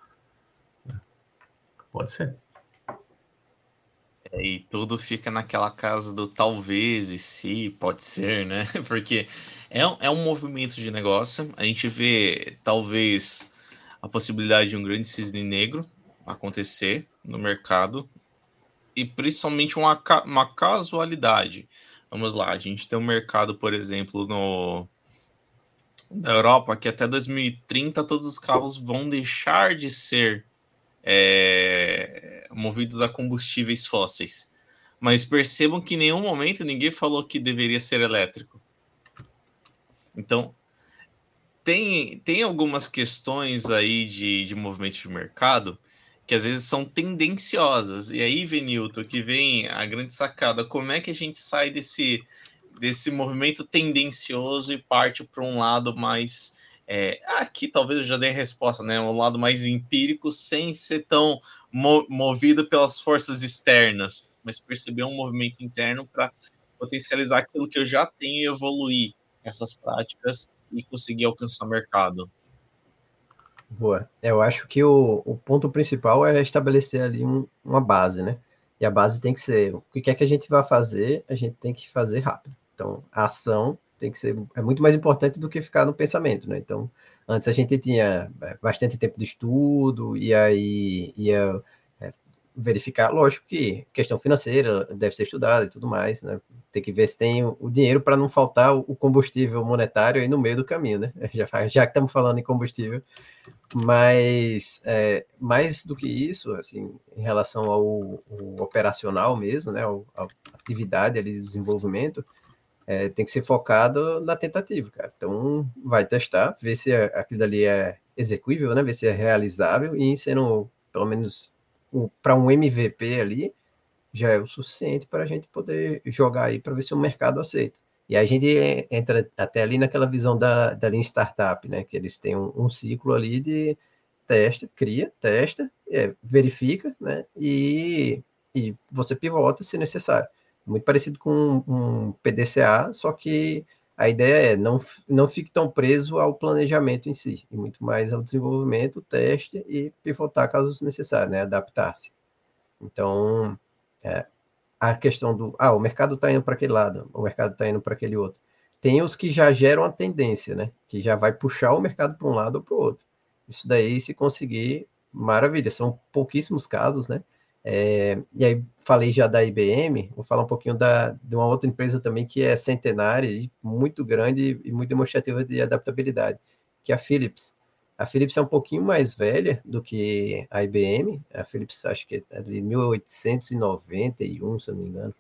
Pode ser. É, e tudo fica naquela casa do talvez e se, pode ser, né? Porque é, um- é um movimento de negócio. A gente vê, talvez, a possibilidade de um grande cisne negro acontecer no mercado e principalmente uma, ca- uma casualidade. Vamos lá, a gente tem um mercado, por exemplo, no, na Europa, que até dois mil e trinta todos os carros vão deixar de ser é, movidos a combustíveis fósseis. Mas percebam que em nenhum momento ninguém falou que deveria ser elétrico. Então, tem, tem algumas questões aí de, de movimento de mercado que às vezes são tendenciosas. E aí, Venilton, que vem a grande sacada, como é que a gente sai desse, desse movimento tendencioso e parte para um lado mais... É, aqui talvez eu já dei a resposta, né? Um lado mais empírico, sem ser tão mo- movido pelas forças externas, mas perceber um movimento interno para potencializar aquilo que eu já tenho e evoluir essas práticas e conseguir alcançar o mercado. Boa. Eu acho que o, o ponto principal é estabelecer ali um, uma base, né? E a base tem que ser, o que quer que a gente vá fazer, a gente tem que fazer rápido. Então, a ação tem que ser, é muito mais importante do que ficar no pensamento, né? Então, antes a gente tinha é, bastante tempo de estudo, e aí ia é, verificar, lógico que questão financeira deve ser estudada e tudo mais, né? Tem que ver se tem o, o dinheiro para não faltar o combustível monetário aí no meio do caminho, né? Já, já que estamos falando em combustível, mas é, mais do que isso, assim, em relação ao, ao operacional mesmo, né, ao, à atividade ali de desenvolvimento, é, tem que ser focado na tentativa, cara. Então, vai testar, ver se aquilo ali é execuível, né? Ver se é realizável e sendo, pelo menos, um, para um M V P ali, já é o suficiente para a gente poder jogar aí para ver se o mercado aceita. E aí a gente entra até ali naquela visão da, da linha startup, né? Que eles têm um, um ciclo ali de testa, cria, testa, é, verifica, né? E, e você pivota se necessário. Muito parecido com um, um P D C A, só que a ideia é não, não fique tão preso ao planejamento em si, e muito mais ao desenvolvimento, teste e pivotar caso necessário, né? Adaptar-se. Então, é, a questão do, ah, o mercado está indo para aquele lado, o mercado está indo para aquele outro. Tem os que já geram a tendência, né? Que já vai puxar o mercado para um lado ou para o outro. Isso daí, se conseguir, maravilha. São pouquíssimos casos, né? É, e aí, falei já da I B M, vou falar um pouquinho da, de uma outra empresa também que é centenária e muito grande e muito demonstrativa de adaptabilidade, que é a Philips. A Philips é um pouquinho mais velha do que a I B M. A Philips, acho que é de mil oitocentos e noventa e um, se eu não me engano.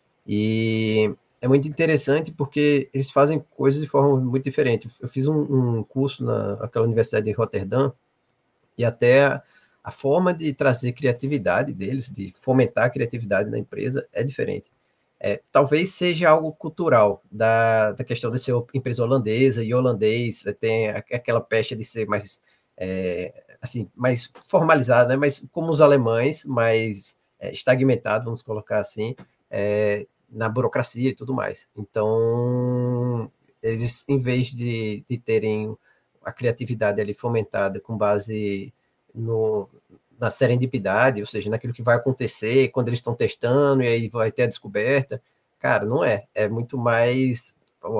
E é muito interessante porque eles fazem coisas de forma muito diferente. Eu fiz um, um curso naquela universidade de Roterdã e até a, a forma de trazer criatividade deles, de fomentar a criatividade na empresa, é diferente. É, talvez seja algo cultural, da, da questão de ser empresa holandesa e holandês, tem aquela peste de ser mais, é, assim, mais formalizado, né? Mas como os alemães, mais é, estagmentado, vamos colocar assim, é, na burocracia e tudo mais. Então, eles, em vez de, de terem a criatividade ali fomentada com base no, na serendipidade, ou seja, naquilo que vai acontecer quando eles estão testando e aí vai ter a descoberta. Cara, não é. É muito mais...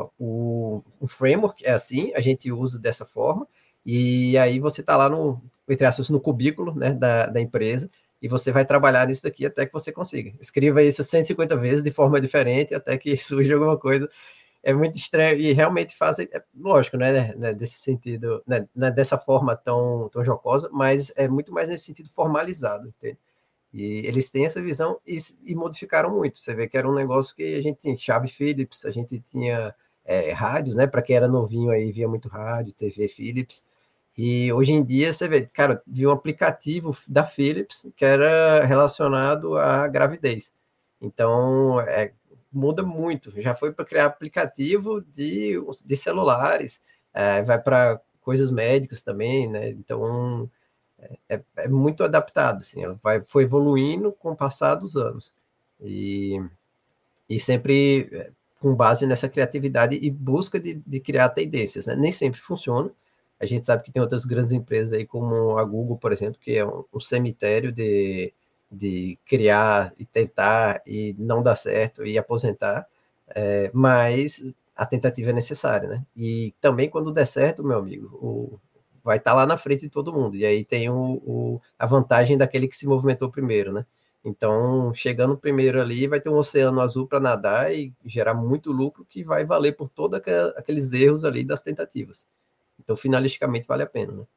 O, o framework é assim, a gente usa dessa forma, e aí você está lá no, entre aspas, no cubículo, né, da, da empresa, e você vai trabalhar nisso daqui até que você consiga. Escreva isso cento e cinquenta vezes de forma diferente até que surja alguma coisa. É muito estranho e realmente fazem, é, lógico, né, né, desse sentido, né, né, dessa forma tão, tão jocosa, mas é muito mais nesse sentido formalizado, entende? E eles têm essa visão e, e modificaram muito. Você vê que era um negócio que a gente tinha chave Philips, a gente tinha é, rádios, né, para quem era novinho aí via muito rádio, T V Philips. E hoje em dia você vê, cara, vi um aplicativo da Philips que era relacionado à gravidez. Então, é, muda muito. Já foi para criar aplicativo de, de celulares, é, vai para coisas médicas também, né? Então, é, é muito adaptado, assim, ela vai, foi evoluindo com o passar dos anos. E, e sempre é, com base nessa criatividade e busca de, de criar tendências, né? Nem sempre funciona. A gente sabe que tem outras grandes empresas aí, como a Google, por exemplo, que é um, um cemitério de, de criar e tentar e não dar certo e aposentar, é, mas a tentativa é necessária, né? E também quando der certo, meu amigo, o, vai estar lá na frente de todo mundo. E aí tem o, o, a vantagem daquele que se movimentou primeiro, né? Então, chegando primeiro ali, vai ter um oceano azul para nadar e gerar muito lucro que vai valer por todos aqueles erros ali das tentativas. Então, finalisticamente, vale a pena, né?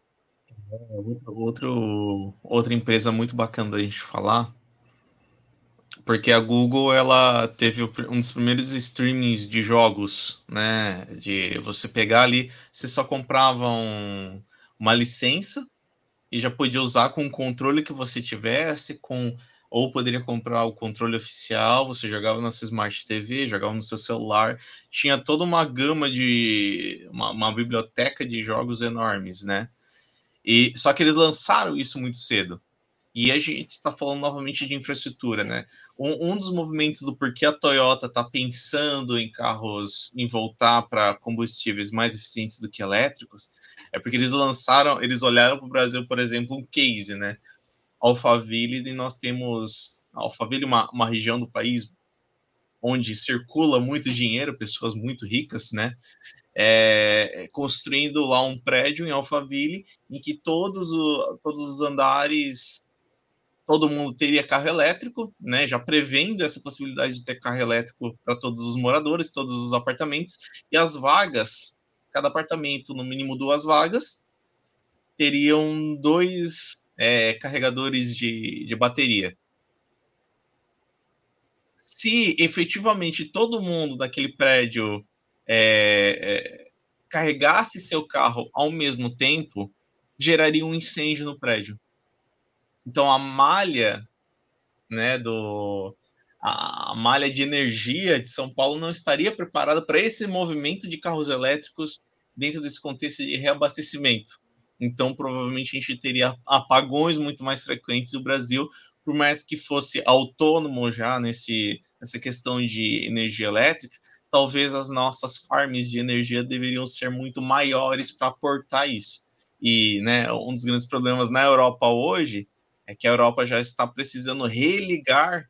Outro, outra empresa muito bacana da gente falar, porque a Google, ela teve um dos primeiros streamings de jogos, né? De você pegar ali, você só comprava um, uma licença e já podia usar com o controle que você tivesse, com ou poderia comprar o controle oficial, você jogava na sua Smart T V, jogava no seu celular, tinha toda uma gama de... uma, uma biblioteca de jogos enormes, né? E, só que eles lançaram isso muito cedo. E a gente está falando novamente de infraestrutura, né? Um, um dos movimentos do porquê a Toyota está pensando em carros, em voltar para combustíveis mais eficientes do que elétricos, é porque eles lançaram, eles olharam para o Brasil, por exemplo, um case, né? Alphaville, e nós temos Alphaville, uma, uma região do país onde circula muito dinheiro, pessoas muito ricas, né? É, construindo lá um prédio em Alphaville em que todos, o, todos os andares, todo mundo teria carro elétrico, né? Já prevendo essa possibilidade de ter carro elétrico para todos os moradores, todos os apartamentos, e as vagas, cada apartamento, no mínimo duas vagas, teriam dois é, carregadores de, de bateria. se efetivamente todo mundo daquele prédio é, é, carregasse seu carro ao mesmo tempo, geraria um incêndio no prédio. Então a malha, né, do, a, a malha de energia de São Paulo não estaria preparada para esse movimento de carros elétricos dentro desse contexto de reabastecimento. Então provavelmente a gente teria apagões muito mais frequentes no Brasil, por mais que fosse autônomo já nesse, nessa questão de energia elétrica. Talvez as nossas farms de energia deveriam ser muito maiores para aportar isso. E, né, um dos grandes problemas na Europa hoje é que a Europa já está precisando religar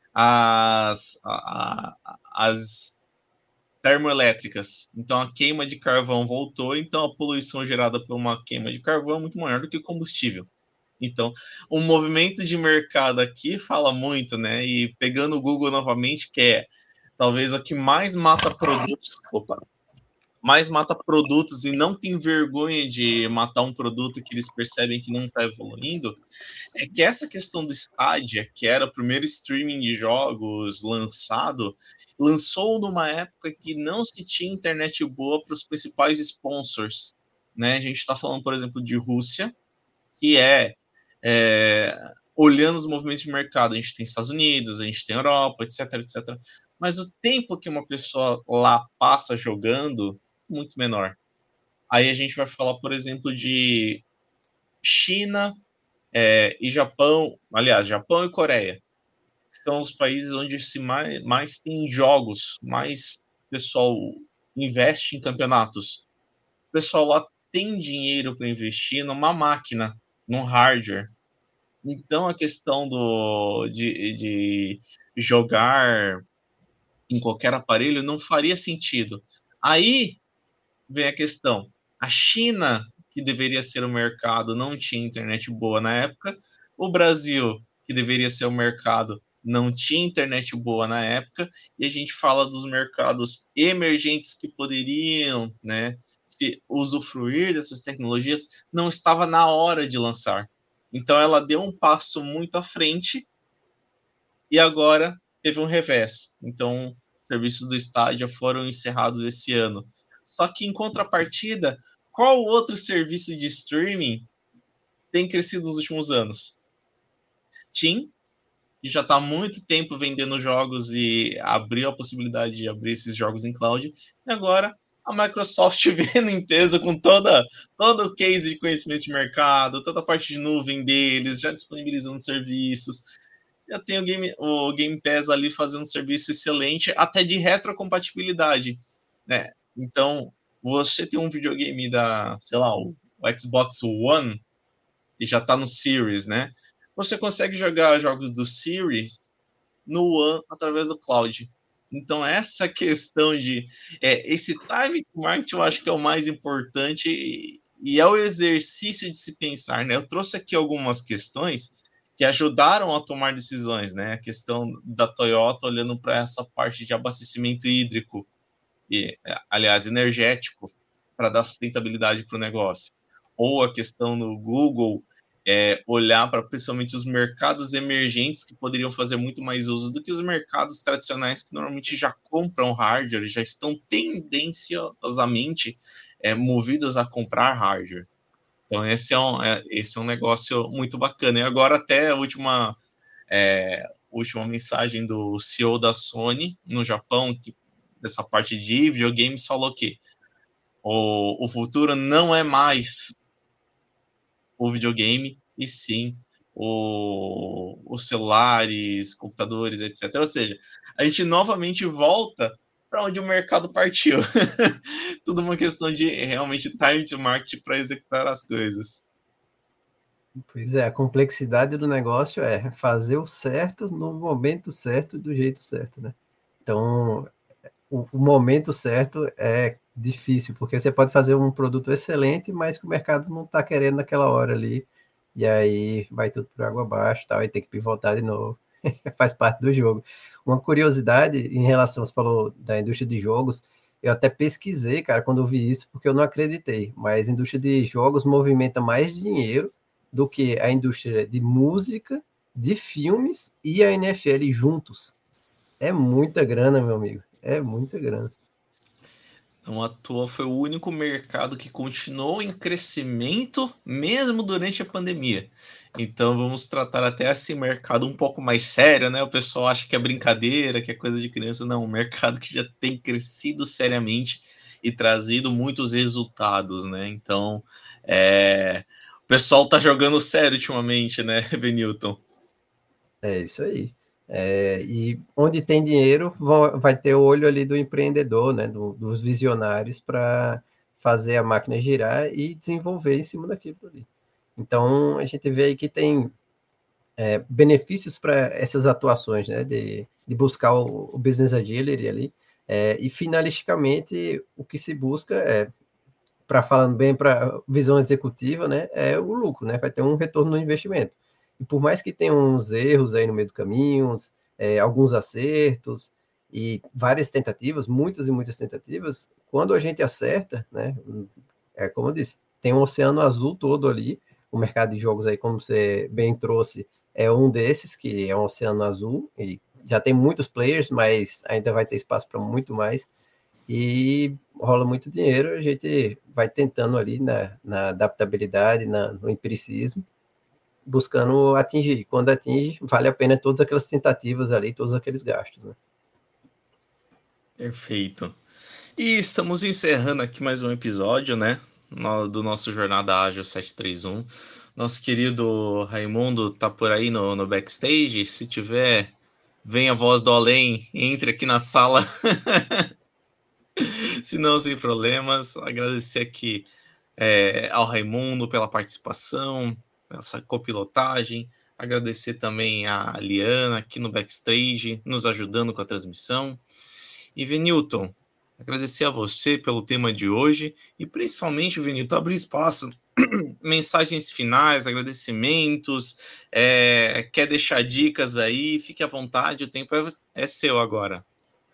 as, a, a, as termoelétricas. Então a queima de carvão voltou, então a poluição gerada por uma queima de carvão é muito maior do que combustível. Então, o movimento de mercado aqui fala muito, né? E pegando o Google novamente, que é talvez o que mais mata produtos, opa, mais mata produtos e não tem vergonha de matar um produto que eles percebem que não está evoluindo, é que essa questão do Stadia, que era o primeiro streaming de jogos lançado, lançou numa época que não se tinha internet boa para os principais sponsors, né? A gente está falando, por exemplo, de Rússia, que é É, olhando os movimentos de mercado, a gente tem Estados Unidos, a gente tem Europa, etc, etc. Mas o tempo que uma pessoa lá passa jogando, muito menor. Aí a gente vai falar, por exemplo, de China é, e Japão, aliás, Japão e Coreia, que são os países onde se mais, mais tem jogos, mais pessoal investe em campeonatos. O pessoal lá tem dinheiro para investir numa máquina, num hardware. Então a questão do, de, de jogar em qualquer aparelho não faria sentido. Aí vem a questão. A China, que deveria ser o mercado, não tinha internet boa na época. O Brasil, que deveria ser o mercado, não tinha internet boa na época. E a gente fala dos mercados emergentes que poderiam, né, se usufruir dessas tecnologias, não estava na hora de lançar. Então ela deu um passo muito à frente e agora teve um revés. Então, os serviços do Stadia foram encerrados esse ano. Só que, em contrapartida, qual outro serviço de streaming tem crescido nos últimos anos? Steam, que já está há muito tempo vendendo jogos e abriu a possibilidade de abrir esses jogos em cloud. E agora a Microsoft vendo em peso com toda, todo o case de conhecimento de mercado, toda a parte de nuvem deles, já disponibilizando serviços. Já tem o Game, o Game Pass ali fazendo um serviço excelente, até de retrocompatibilidade, né? Então, você tem um videogame da, sei lá, o, o Xbox One, e já está no Series, né? Você consegue jogar jogos do Series no One através do cloud. Então, essa questão de... É, esse time to market, eu acho que é o mais importante e, e é o exercício de se pensar, né? Eu trouxe aqui algumas questões que ajudaram a tomar decisões, né? A questão da Toyota olhando para essa parte de abastecimento hídrico, e, aliás, energético, para dar sustentabilidade para o negócio. Ou a questão do Google é, olhar para principalmente os mercados emergentes que poderiam fazer muito mais uso do que os mercados tradicionais que normalmente já compram hardware, já estão tendenciosamente é, movidos a comprar hardware. Então esse é um, é, esse é um negócio muito bacana. E agora até a última, é, última mensagem do C E O da Sony no Japão, que, dessa parte de videogames, falou que o, o futuro não é mais o videogame, e sim o, os celulares, computadores, etcétera. Ou seja, a gente novamente volta para onde o mercado partiu. Tudo uma questão de realmente time to market para executar as coisas. Pois é, a complexidade do negócio é fazer o certo no momento certo, do jeito certo, né? Então, o, o momento certo é difícil, porque você pode fazer um produto excelente, mas que o mercado não está querendo naquela hora ali, e aí vai tudo por água abaixo, tal, e tem que pivotar de novo. Faz parte do jogo. Uma curiosidade em relação, você falou da indústria de jogos, eu até pesquisei, cara, quando eu vi isso, porque eu não acreditei, mas a indústria de jogos movimenta mais dinheiro do que a indústria de música, de filmes e a N F L juntos. É muita grana, meu amigo. É muita grana. Não à toa foi o único mercado que continuou em crescimento mesmo durante a pandemia. Então vamos tratar até esse mercado um pouco mais sério, né? O pessoal acha que é brincadeira, que é coisa de criança. Não, um mercado que já tem crescido seriamente e trazido muitos resultados, né? Então, é... o pessoal tá jogando sério ultimamente, né, Benilton? É isso aí. É, e onde tem dinheiro, vai ter o olho ali do empreendedor, né, do, dos visionários, para fazer a máquina girar e desenvolver em cima daquilo ali. Então, a gente vê aí que tem é, benefícios para essas atuações, né, de, de buscar o, o business agility ali, é, e finalisticamente o que se busca é, para falando bem para visão executiva, né, é o lucro, né, vai ter um retorno no investimento. E por mais que tenha uns erros aí no meio do caminho, uns, é, alguns acertos e várias tentativas, muitas e muitas tentativas, quando a gente acerta, né, é como eu disse, tem um oceano azul todo ali, o mercado de jogos aí, como você bem trouxe, é um desses, que é um oceano azul, e já tem muitos players, mas ainda vai ter espaço para muito mais, e rola muito dinheiro, a gente vai tentando ali na, na adaptabilidade, na, no empiricismo, buscando atingir. Quando atinge, vale a pena todas aquelas tentativas ali, todos aqueles gastos, né? Perfeito. E estamos encerrando aqui mais um episódio, né, do nosso Jornada Ágil sete três um. Nosso querido Raimundo tá por aí no, no backstage. Se tiver, vem a voz do além, entre aqui na sala. Se não, sem problemas. Agradecer aqui é, ao Raimundo pela participação, essa copilotagem. Agradecer também a Liana aqui no backstage, nos ajudando com a transmissão. E Venilton, agradecer a você pelo tema de hoje e principalmente, Venilton, abrir espaço, mensagens finais, agradecimentos, é, quer deixar dicas aí, fique à vontade, o tempo é, é seu agora.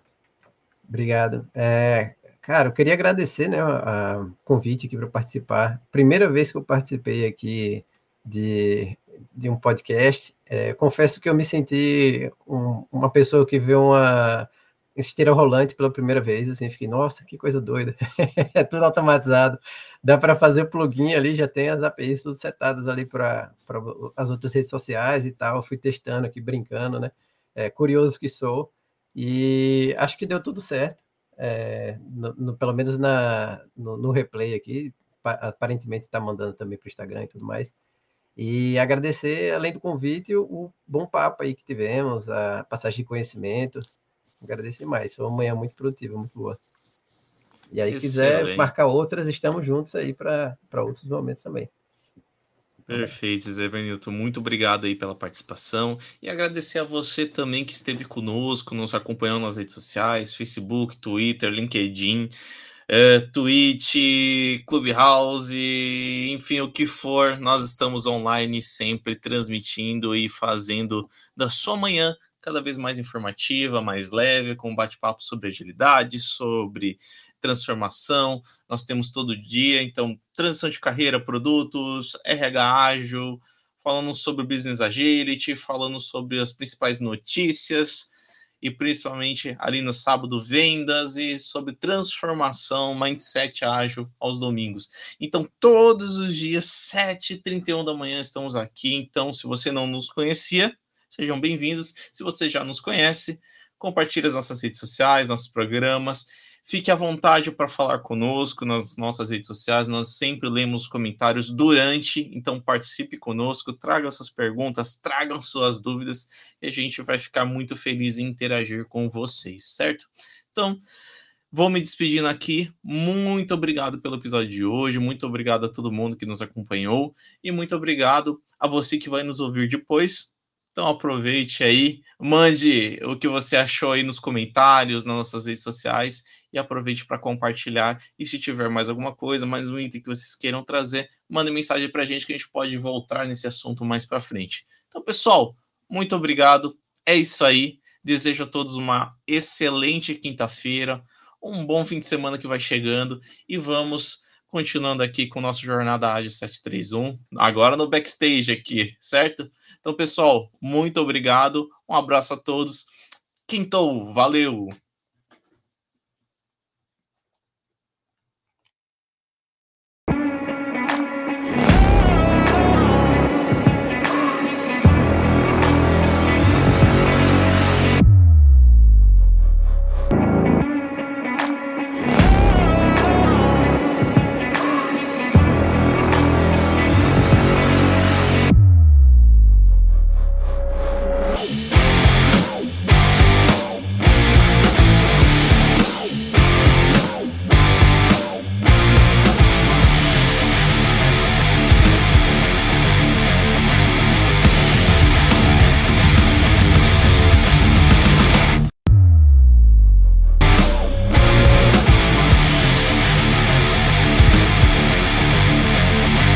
Obrigado. É, cara, eu queria agradecer, né, o convite aqui para participar. Primeira vez que eu participei aqui de, de um podcast. É, confesso que eu me senti um, uma pessoa que vê uma esteira rolante pela primeira vez, assim, fiquei, nossa, que coisa doida. É tudo automatizado. Dá para fazer plugin ali, já tem as A P Is tudo setadas ali para as outras redes sociais e tal. Fui testando aqui, brincando, né? É, curioso que sou. E acho que deu tudo certo, é, no, no, pelo menos na, no, no replay aqui, aparentemente está mandando também para o Instagram e tudo mais. E agradecer, além do convite, o, o bom papo aí que tivemos, a passagem de conhecimento. Agradecer mais, foi uma manhã muito produtiva, muito boa. E aí, Excelente. Quiser marcar outras, estamos juntos aí para outros momentos também. Perfeito, Zé Benilton. Muito obrigado aí pela participação e agradecer a você também que esteve conosco, nos acompanhando nas redes sociais, Facebook, Twitter, LinkedIn, uh, Twitch, Clubhouse, enfim, o que for, nós estamos online sempre transmitindo e fazendo da sua manhã cada vez mais informativa, mais leve, com bate-papo sobre agilidade, sobre transformação, nós temos todo dia, então, transição de carreira, produtos, R H ágil, falando sobre o Business Agility, falando sobre as principais notícias e principalmente ali no sábado, vendas e sobre transformação, mindset ágil aos domingos. Então, todos os dias, sete e trinta e um da manhã, estamos aqui. Então, se você não nos conhecia, sejam bem-vindos. Se você já nos conhece, compartilhe as nossas redes sociais, nossos programas. Fique à vontade para falar conosco nas nossas redes sociais, nós sempre lemos comentários durante, então participe conosco, tragam suas perguntas, tragam suas dúvidas e a gente vai ficar muito feliz em interagir com vocês, certo? Então, vou me despedindo aqui, muito obrigado pelo episódio de hoje, muito obrigado a todo mundo que nos acompanhou e muito obrigado a você que vai nos ouvir depois. Então aproveite aí, mande o que você achou aí nos comentários, nas nossas redes sociais e aproveite para compartilhar. E se tiver mais alguma coisa, mais um item que vocês queiram trazer, mande mensagem para a gente que a gente pode voltar nesse assunto mais para frente. Então, pessoal, muito obrigado. É isso aí. Desejo a todos uma excelente quinta-feira, um bom fim de semana que vai chegando e vamos continuando aqui com o nosso Jornada Ágil sete três um, agora no backstage aqui, certo? Então, pessoal, muito obrigado, um abraço a todos Quintou, valeu!